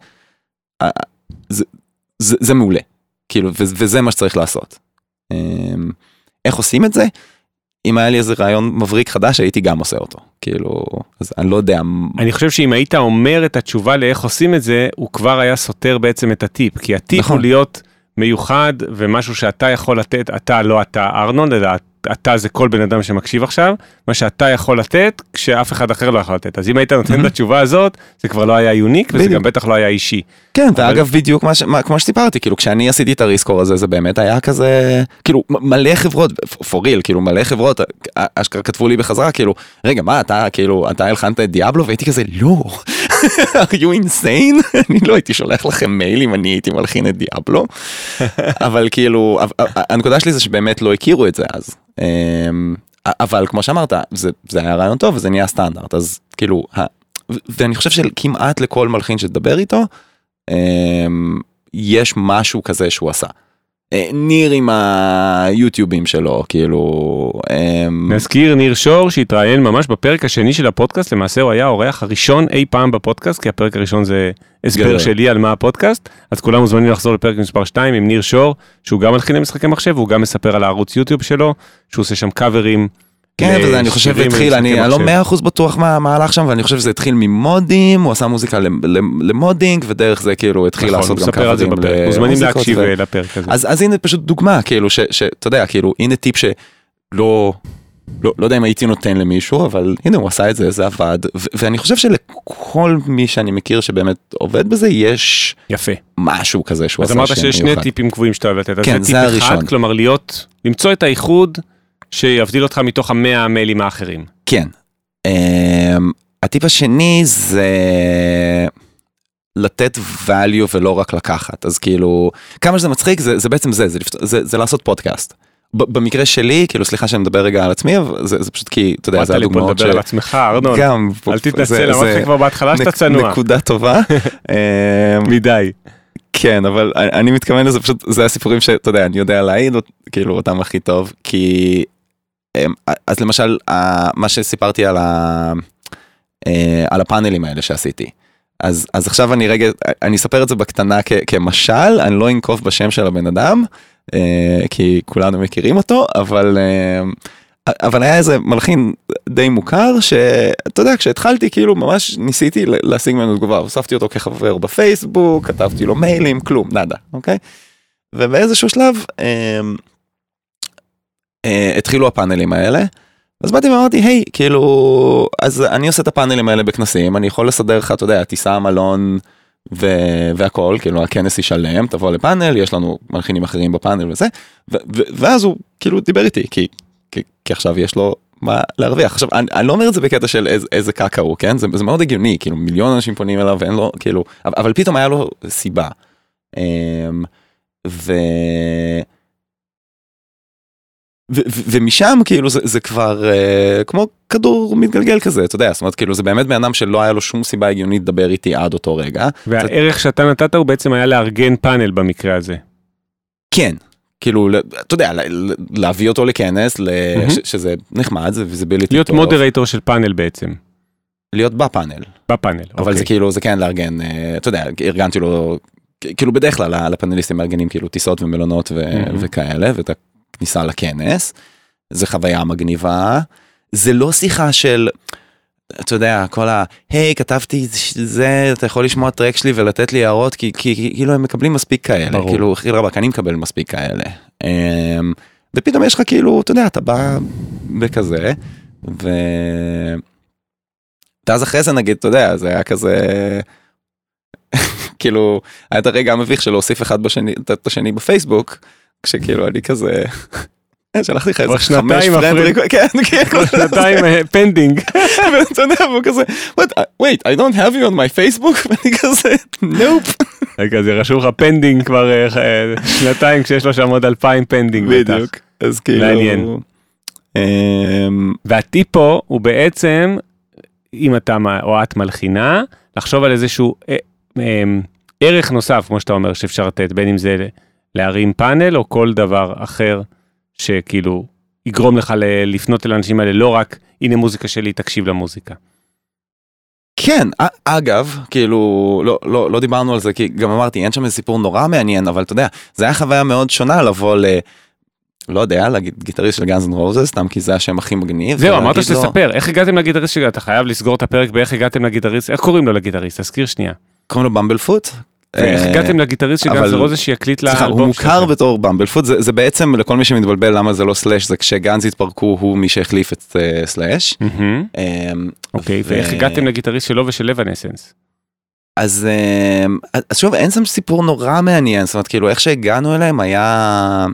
זה, זה, זה מעולה. כאילו, ו, וזה מה שצריך לעשות. איך עושים את זה? אם היה לי איזה רעיון מבריק חדש, הייתי גם עושה אותו. כאילו, אז אני לא יודע. אני חושב שאם היית אומר את התשובה לאיך עושים את זה, הוא כבר היה סותר בעצם את הטיפ. כי הטיפ נכון. הוא להיות מיוחד, ומשהו שאתה יכול לתת, אתה לא אתה ארנון, אלא אתה זה כל בן אדם שמקשיב עכשיו, מה שאתה יכול לתת, כשאף אחד אחר לא יכול לתת. אז אם היית נותן את התשובה הזאת, זה כבר לא היה יוניק, וזה גם בטח לא היה אישי. כן, ואגב בדיוק כמו שסיפרתי, כאילו כשאני עשיתי את הריסקור הזה, זה באמת היה כזה, כאילו מלא חברות, for real, כאילו מלא חברות, אשכרה כתבו לי בחזרה, כאילו, רגע, מה, אתה כאילו, אתה הלחנת את דיאבלו, והייתי כזה, לא, are you insane? אני לא הייתי שולח לכם מייל אם אני הייתי מלחין את דיאבלו, אבל כאילו, הנקודה שלי זה שבאמת לא הכירו את זה אז. אבל כמו שאמרת, זה, זה היה רעיון טוב וזה נהיה סטנדרט, אז כאילו, ואני חושב שכמעט לכל מלחין שתדבר איתו, יש משהו כזה שהוא עשה. ניר עם היוטיובים שלו, כאילו... נזכיר ניר שור שהתראיין ממש בפרק השני של הפודקאסט, למעשה הוא היה האורח הראשון אי פעם בפודקאסט, כי הפרק הראשון זה הסבר שלי על מה הפודקאסט, אז כולם מוזמנים לחזור לפרק מספר שתיים עם ניר שור, שהוא גם מלחין למשחקי מחשב, והוא גם מספר על הערוץ יוטיוב שלו, שהוא עושה שם קאברים. כן, וזה אני חושב התחיל, אני לא מאה אחוז בטוח מה הלך שם, ואני חושב שזה התחיל ממודים, הוא עשה מוזיקה למודינג, ודרך זה כאילו התחיל לעשות גם קאברים למוזיקות. מוזמנים להקשיב לפרק הזה. אז הנה פשוט דוגמה, כאילו, שאתה יודע, כאילו, הנה טיפ שלא לא, לא יודע אם הייתי נותן למישהו, אבל הנה הוא עשה את זה, זה עבד, ו- ואני חושב שלכל מי שאני מכיר שבאמת עובד בזה, יש יפה. משהו כזה שהוא עשה אז אמרת שיש שני טיפים קבועים שאתה אוהב לתת, כן, אז זה טיפ הראשון. אחד, כלומר להיות, למצוא את האיחוד שיבדיל אותך מתוך המאה המיילים האחרים. כן. Um, הטיפ השני זה לתת value ולא רק לקחת, אז כאילו, כמה שזה מצחיק, זה, זה בעצם זה, זה, זה, זה לעשות פודקאסט. במקרה שלי, כאילו סליחה שאני מדבר רגע על עצמי, אבל זה, זה פשוט כי, אתה יודע, זה הדוגמאות ש... לדבר על עצמך, ארנון. גם, אל תתנצל, אמרתי כבר בהתחלה שאתה צנוע. נקודה טובה. מדי. כן, אבל אני מתכוון לזה, פשוט, זה הסיפורים שאתה יודע, אני יודע להעיד, כאילו, אותם הכי טוב, כי, אז למשל, מה שסיפרתי על ה... על הפאנלים האלה שעשיתי. אז, אז עכשיו אני רגע, אני אספר את זה בקטנה כ, כמשל, אני לא אנקוף בשם של הבן אדם, כי כולנו מכירים אותו, אבל, אבל היה איזה מלחין די מוכר, שאתה יודע, כשהתחלתי, כאילו ממש ניסיתי להשיג ממנו תגובה, הוספתי אותו כחבר בפייסבוק, כתבתי לו מיילים, כלום, נדה, אוקיי? ובאיזשהו שלב, התחילו הפאנלים האלה, אז באתי ואמרתי, היי, כאילו, אז אני עושה את הפאנלים האלה בכנסים, אני יכול לסדר לך, אתה יודע, טיסה, מלון ו- והכל, כאילו, הכנס ישלם, תבוא לפאנל, יש לנו מלחינים אחרים בפאנל וזה, ו- ו- ואז הוא כאילו דיבר איתי, כי, כי, כי עכשיו יש לו מה להרוויח. עכשיו, אני, אני לא אומר את זה בקטע של איזה, איזה קקה הוא, כן? זה, זה מאוד הגיוני, כאילו, מיליון אנשים פונים אליו ואין לו, כאילו, אבל, אבל פתאום היה לו סיבה. ו... ו- ו- ומשם כאילו זה, זה כבר uh, כמו כדור מתגלגל כזה, אתה יודע, זאת אומרת כאילו זה באמת באדם שלא היה לו שום סיבה הגיונית לדבר איתי עד אותו רגע. והערך זה... שאתה נתת הוא בעצם היה לארגן פאנל במקרה הזה. כן, כאילו, אתה יודע, להביא אותו לכנס, mm-hmm. ש- שזה נחמד, זה ויזיביליטי להיות טוב. מודרייטור של פאנל בעצם. להיות בפאנל. בפאנל, אבל אוקיי. זה כאילו, זה כן לארגן, uh, אתה יודע, ארגנתי לו, כאילו בדרך כלל לפאנליסטים מארגנים כאילו טיסות ומלונות ו- mm-hmm. וכאלה, ואת כניסה לכנס, זה חוויה מגניבה, זה לא שיחה של, אתה יודע, כל ה, היי, כתבתי זה, אתה יכול לשמוע טרק שלי ולתת לי הערות, כי, כי, כאילו הם מקבלים מספיק כאלה, ברור. כאילו, חיל רבק, אני מקבל מספיק כאלה. ופתאום יש לך כאילו, אתה יודע, אתה בא בכזה, ו... ואז אחרי זה נגיד, אתה יודע, זה היה כזה, כאילו, היה את הרגע המביך של להוסיף אחד בשני, את השני בפייסבוק, כשכאילו אני כזה, שלחתי לך איזה חמש פרנד, כן, כן, שנתיים פנדינג, ואתה יודע, והוא כזה, wait, I don't have you on my Facebook, ואני כזה, nope. רגע, זה רשום לך פנדינג כבר שנתיים, כשיש לו שם עוד אלפיים פנדינג. בדיוק, אז כאילו. מעניין. והטיפ פה הוא בעצם, אם אתה או את מלחינה, לחשוב על איזשהו ערך נוסף, כמו שאתה אומר, שאפשר לתת, בין אם זה להרים פאנל או כל דבר אחר שכאילו יגרום לך לפנות אל האנשים האלה, לא רק הנה מוזיקה שלי, תקשיב למוזיקה. כן, אגב, כאילו, לא, לא, לא דיברנו על זה, כי גם אמרתי, אין שם איזה סיפור נורא מעניין, אבל אתה יודע, זה היה חוויה מאוד שונה לבוא ל... לא יודע, לגיטריסט של גאנז אנד רוזס, סתם כי זה השם הכי מגניב. זהו, אמרת שתספר, איך הגעתם לגיטריסט שלו? אתה חייב לסגור את הפרק באיך הגעתם לגיטריסט, איך קוראים לו לגיטריסט? תזכיר שנייה. קוראים לו במבלפוט. איך הגעתם לגיטריסט של גאנז אנד רוזס שיקליט לאלבום שלכם? הוא מוכר בתור במבלפוט, זה בעצם לכל מי שמתבלבל למה זה לא סלאש, זה כשגאנז התפרקו הוא מי שהחליף את סלאש. אוקיי, ואיך הגעתם לגיטריסט שלו ושל לבנסנס? אז שוב, אין שם סיפור נורא מעניין, זאת אומרת, כאילו, איך שהגענו אליהם היה...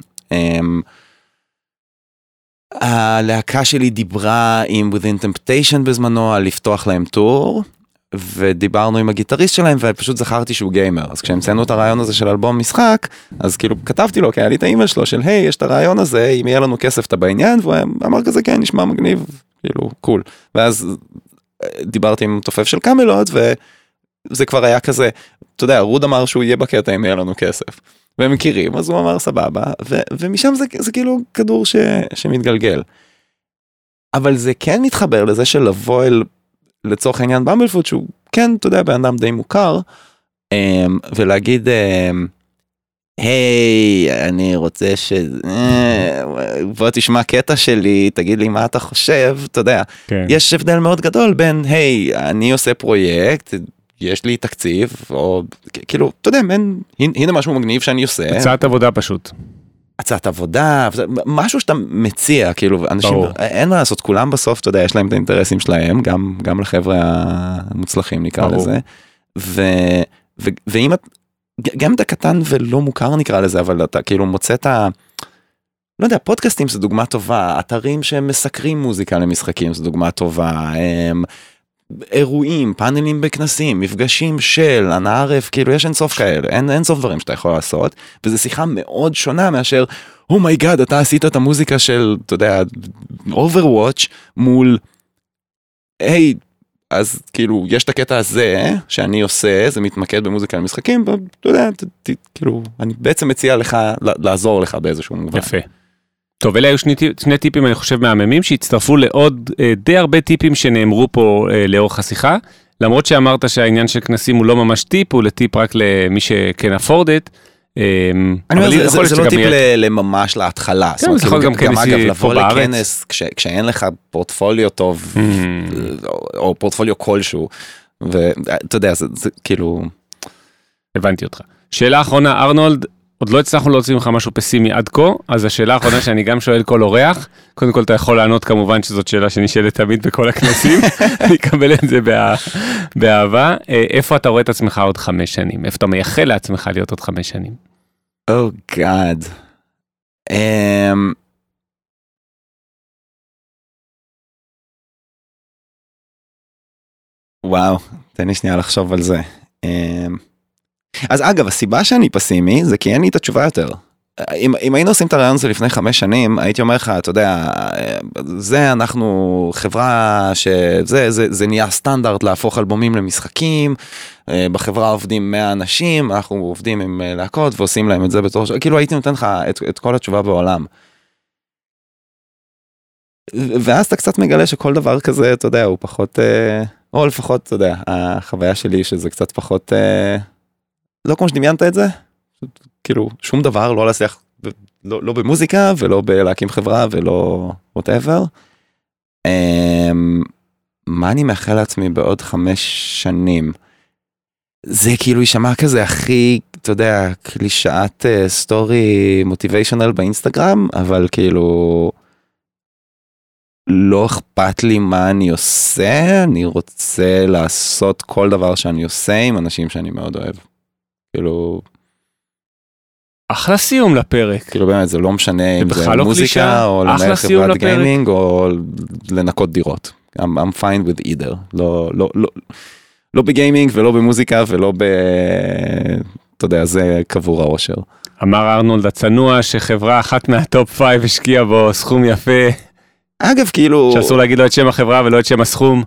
הלהקה שלי דיברה עם Within Temptation בזמנו על לפתוח להם טור, ודיברנו עם הגיטריסט שלהם, ופשוט זכרתי שהוא גיימר. אז כשהמצאנו את הרעיון הזה של אלבום משחק, אז כאילו כתבתי לו, כי היה לי את האימייל שלו של, היי, יש את הרעיון הזה, אם יהיה לנו כסף אתה בעניין, והוא אמר כזה, כן, נשמע מגניב, כאילו, קול. ואז דיברתי עם תופף של קאמלוד, וזה כבר היה כזה, אתה יודע, רוד אמר שהוא יהיה בקטע אם יהיה לנו כסף. והם מכירים, אז הוא אמר סבבה, ו- ומשם זה, זה כאילו כדור ש- שמתגלגל. אבל זה כן מתחבר לזה של לבוא אל, לצורך העניין במבלפוט, שהוא כן, אתה יודע, באדם די מוכר, ולהגיד, היי, אני רוצה ש... בוא תשמע קטע שלי, תגיד לי מה אתה חושב, אתה יודע, כן. יש הבדל מאוד גדול בין, היי, אני עושה פרויקט, יש לי תקציב, או כאילו, אתה יודע, הנה משהו מגניב שאני עושה. הצעת עבודה פשוט. הצעת עבודה, משהו שאתה מציע, כאילו, אנשים, אין מה לעשות, כולם בסוף, אתה יודע, יש להם את האינטרסים שלהם, גם, גם לחבר'ה המוצלחים נקרא לזה, ו, ו, ואם את, גם אתה קטן ולא מוכר נקרא לזה, אבל אתה כאילו מוצא את ה, לא יודע, פודקאסטים זה דוגמה טובה, אתרים שמסקרים מוזיקה למשחקים זה דוגמה טובה, הם, אירועים, פאנלים בכנסים, מפגשים של, הנערף, כאילו יש אינסוף כאלה, אין, אינסוף דברים שאתה יכול לעשות, וזו שיחה מאוד שונה מאשר, אומייגאד, אתה עשית את המוזיקה של, אתה יודע, Overwatch, מול, היי, אז כאילו, יש את הקטע הזה, שאני עושה, זה מתמקד במוזיקה למשחקים, ואתה יודע, ת, ת, כאילו, אני בעצם מציע לך, לעזור לך באיזשהו מובן. יפה. טוב, אלה היו שני, שני טיפים, אני חושב, מהממים, שהצטרפו לעוד אה, די הרבה טיפים שנאמרו פה אה, לאורך השיחה, למרות שאמרת שהעניין של כנסים הוא לא ממש טיפ, הוא לטיפ רק למי שכן אפורדת. אה, אני אומר, זה, זה, זה לא טיפ יהיה... לממש להתחלה, כן, זאת אומרת, כאילו, גם, גם אגב, לבוא לכנס, כש, כשאין לך פורטפוליו טוב, mm. או, או פורטפוליו כלשהו, ואתה יודע, זה, זה כאילו... הבנתי אותך. שאלה אחרונה, ארנולד, עוד לא הצלחנו להוציא ממך משהו פסימי עד כה, אז השאלה האחרונה שאני גם שואל כל אורח, קודם כל אתה יכול לענות כמובן שזאת שאלה שנשאלת תמיד בכל הכנסים, אני אקבל את זה בא... באהבה. איפה אתה רואה את עצמך עוד חמש שנים? איפה אתה מייחל לעצמך להיות עוד חמש שנים? Oh God. Um... וואו, תן לי שנייה לחשוב על זה. Um... אז אגב, הסיבה שאני פסימי זה כי אין לי את התשובה יותר. אם, אם היינו עושים את הרעיון הזה לפני חמש שנים, הייתי אומר לך, אתה יודע, זה אנחנו חברה שזה, זה, זה נהיה סטנדרט להפוך אלבומים למשחקים, בחברה עובדים מאה אנשים, אנחנו עובדים עם להקות ועושים להם את זה בתור, כאילו הייתי נותן לך את, את כל התשובה בעולם. ואז אתה קצת מגלה שכל דבר כזה, אתה יודע, הוא פחות, או לפחות, אתה יודע, החוויה שלי שזה קצת פחות... לא כמו שדמיינת את זה, כאילו שום דבר, לא להצליח, לא, לא במוזיקה ולא בלהקים חברה ולא whatever. מה אני מאחל לעצמי בעוד חמש שנים? זה כאילו יישמע כזה הכי, אתה יודע, קלישאת סטורי מוטיביישנל באינסטגרם, אבל כאילו לא אכפת לי מה אני עושה, אני רוצה לעשות כל דבר שאני עושה עם אנשים שאני מאוד אוהב. כאילו... אחלה סיום לפרק. כאילו באמת, זה לא משנה אם זה מוזיקה, או לנהל חברת גיימינג, או לנקות דירות. I'm, I'm fine with either. לא, לא, לא, לא בגיימינג, ולא במוזיקה, ולא ב... אתה יודע, זה קבור האושר. אמר ארנולד הצנוע, שחברה אחת מהטופ פייב השקיעה בו סכום יפה. אגב, כאילו... שאסור להגיד לו את שם החברה, ולא את שם הסכום.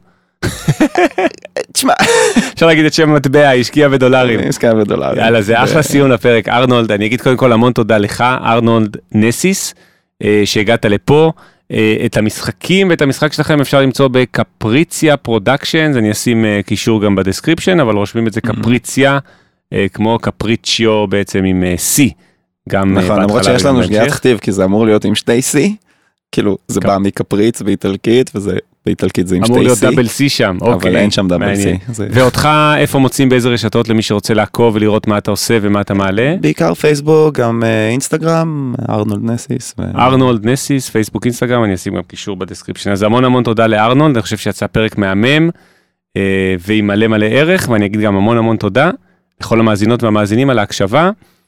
תשמע, אפשר להגיד את שם המטבע, השקיע בדולרים. השקיע בדולרים. יאללה, זה אחלה סיום לפרק. ארנולד, אני אגיד קודם כל המון תודה לך, ארנולד נסיס, שהגעת לפה. את המשחקים ואת המשחק שלכם אפשר למצוא בקפריציה פרודקשנס, אני אשים קישור גם בדסקריפשן, אבל רושמים את זה קפריציה, כמו קפריציו בעצם עם C. נכון, למרות שיש לנו שגיאת כתיב, כי זה אמור להיות עם שתי C, כאילו זה בא מקפריץ באיטלקית, וזה באיטלקית זה עם שתי C. אמור להיות דאבל C שם, אבל אין שם דאבל C. ואותך איפה מוצאים באיזה רשתות למי שרוצה לעקוב ולראות מה אתה עושה ומה אתה מעלה? בעיקר פייסבוק, גם אינסטגרם, ארנולד נסיס. ארנולד נסיס, פייסבוק, אינסטגרם, אני אשים גם קישור בדסקריפשן. אז המון המון תודה לארנולד, אני חושב שיצא פרק מהמם, ועם מלא מלא ערך, ואני אגיד גם המון המון תודה לכל המאזינות והמאזינים על ההקשבה.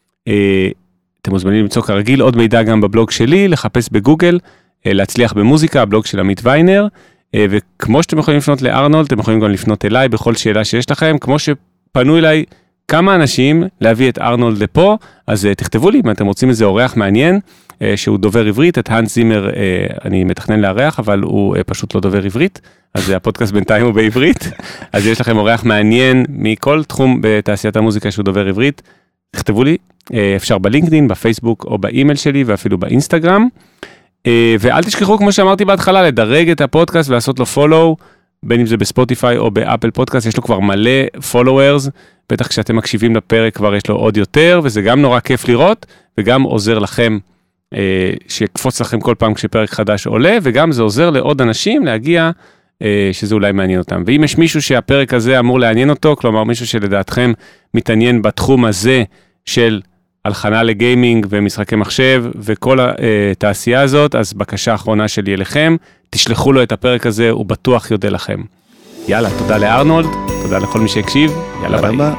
אתם מוזמנים למצוא כרגיל עוד מידע גם בבלוג שלי, לחפש בגוגל, להצליח במוזיקה, הבלוג של עמית ויינר, וכמו שאתם יכולים לפנות לארנולד, אתם יכולים גם לפנות אליי בכל שאלה שיש לכם, כמו שפנו אליי כמה אנשים להביא את ארנולד לפה, אז תכתבו לי אם אתם רוצים איזה אורח מעניין, שהוא דובר עברית, את האנס זימר אני מתכנן לארח, אבל הוא פשוט לא דובר עברית, אז הפודקאסט בינתיים הוא בעברית, אז יש לכם אורח מעניין מכל תחום בתעשיית המוזיקה שהוא דובר עברית, תכתבו לי, אפשר בלינקדין, בפייסבוק או באימייל שלי ואפילו באינסטגרם, ואל תשכחו, כמו שאמרתי בהתחלה, לדרג את הפודקאסט ולעשות לו פולו, בין אם זה בספוטיפיי או באפל פודקאסט, יש לו כבר מלא פולוורס, בטח כשאתם מקשיבים לפרק כבר יש לו עוד יותר, וזה גם נורא כיף לראות, וגם עוזר לכם, אה, שיקפוץ לכם כל פעם כשפרק חדש עולה, וגם זה עוזר לעוד אנשים להגיע, אה, שזה אולי מעניין אותם. ואם יש מישהו שהפרק הזה אמור לעניין אותו, כלומר מישהו שלדעתכם מתעניין בתחום הזה של הלחנה לגיימינג ומשחקי מחשב וכל התעשייה הזאת, אז בקשה אחרונה שלי אליכם, תשלחו לו את הפרק הזה, הוא בטוח יודע לכם. יאללה, תודה לארנולד, תודה לכל מי שהקשיב, יאללה ביי. ביי.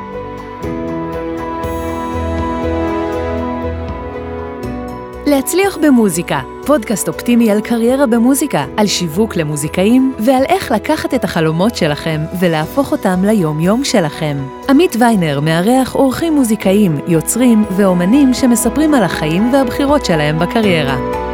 להצליח במוזיקה, פודקאסט אופטימי על קריירה במוזיקה, על שיווק למוזיקאים ועל איך לקחת את החלומות שלכם ולהפוך אותם ליום-יום שלכם. עמית ויינר מארח אורחים מוזיקאים, יוצרים ואומנים שמספרים על החיים והבחירות שלהם בקריירה.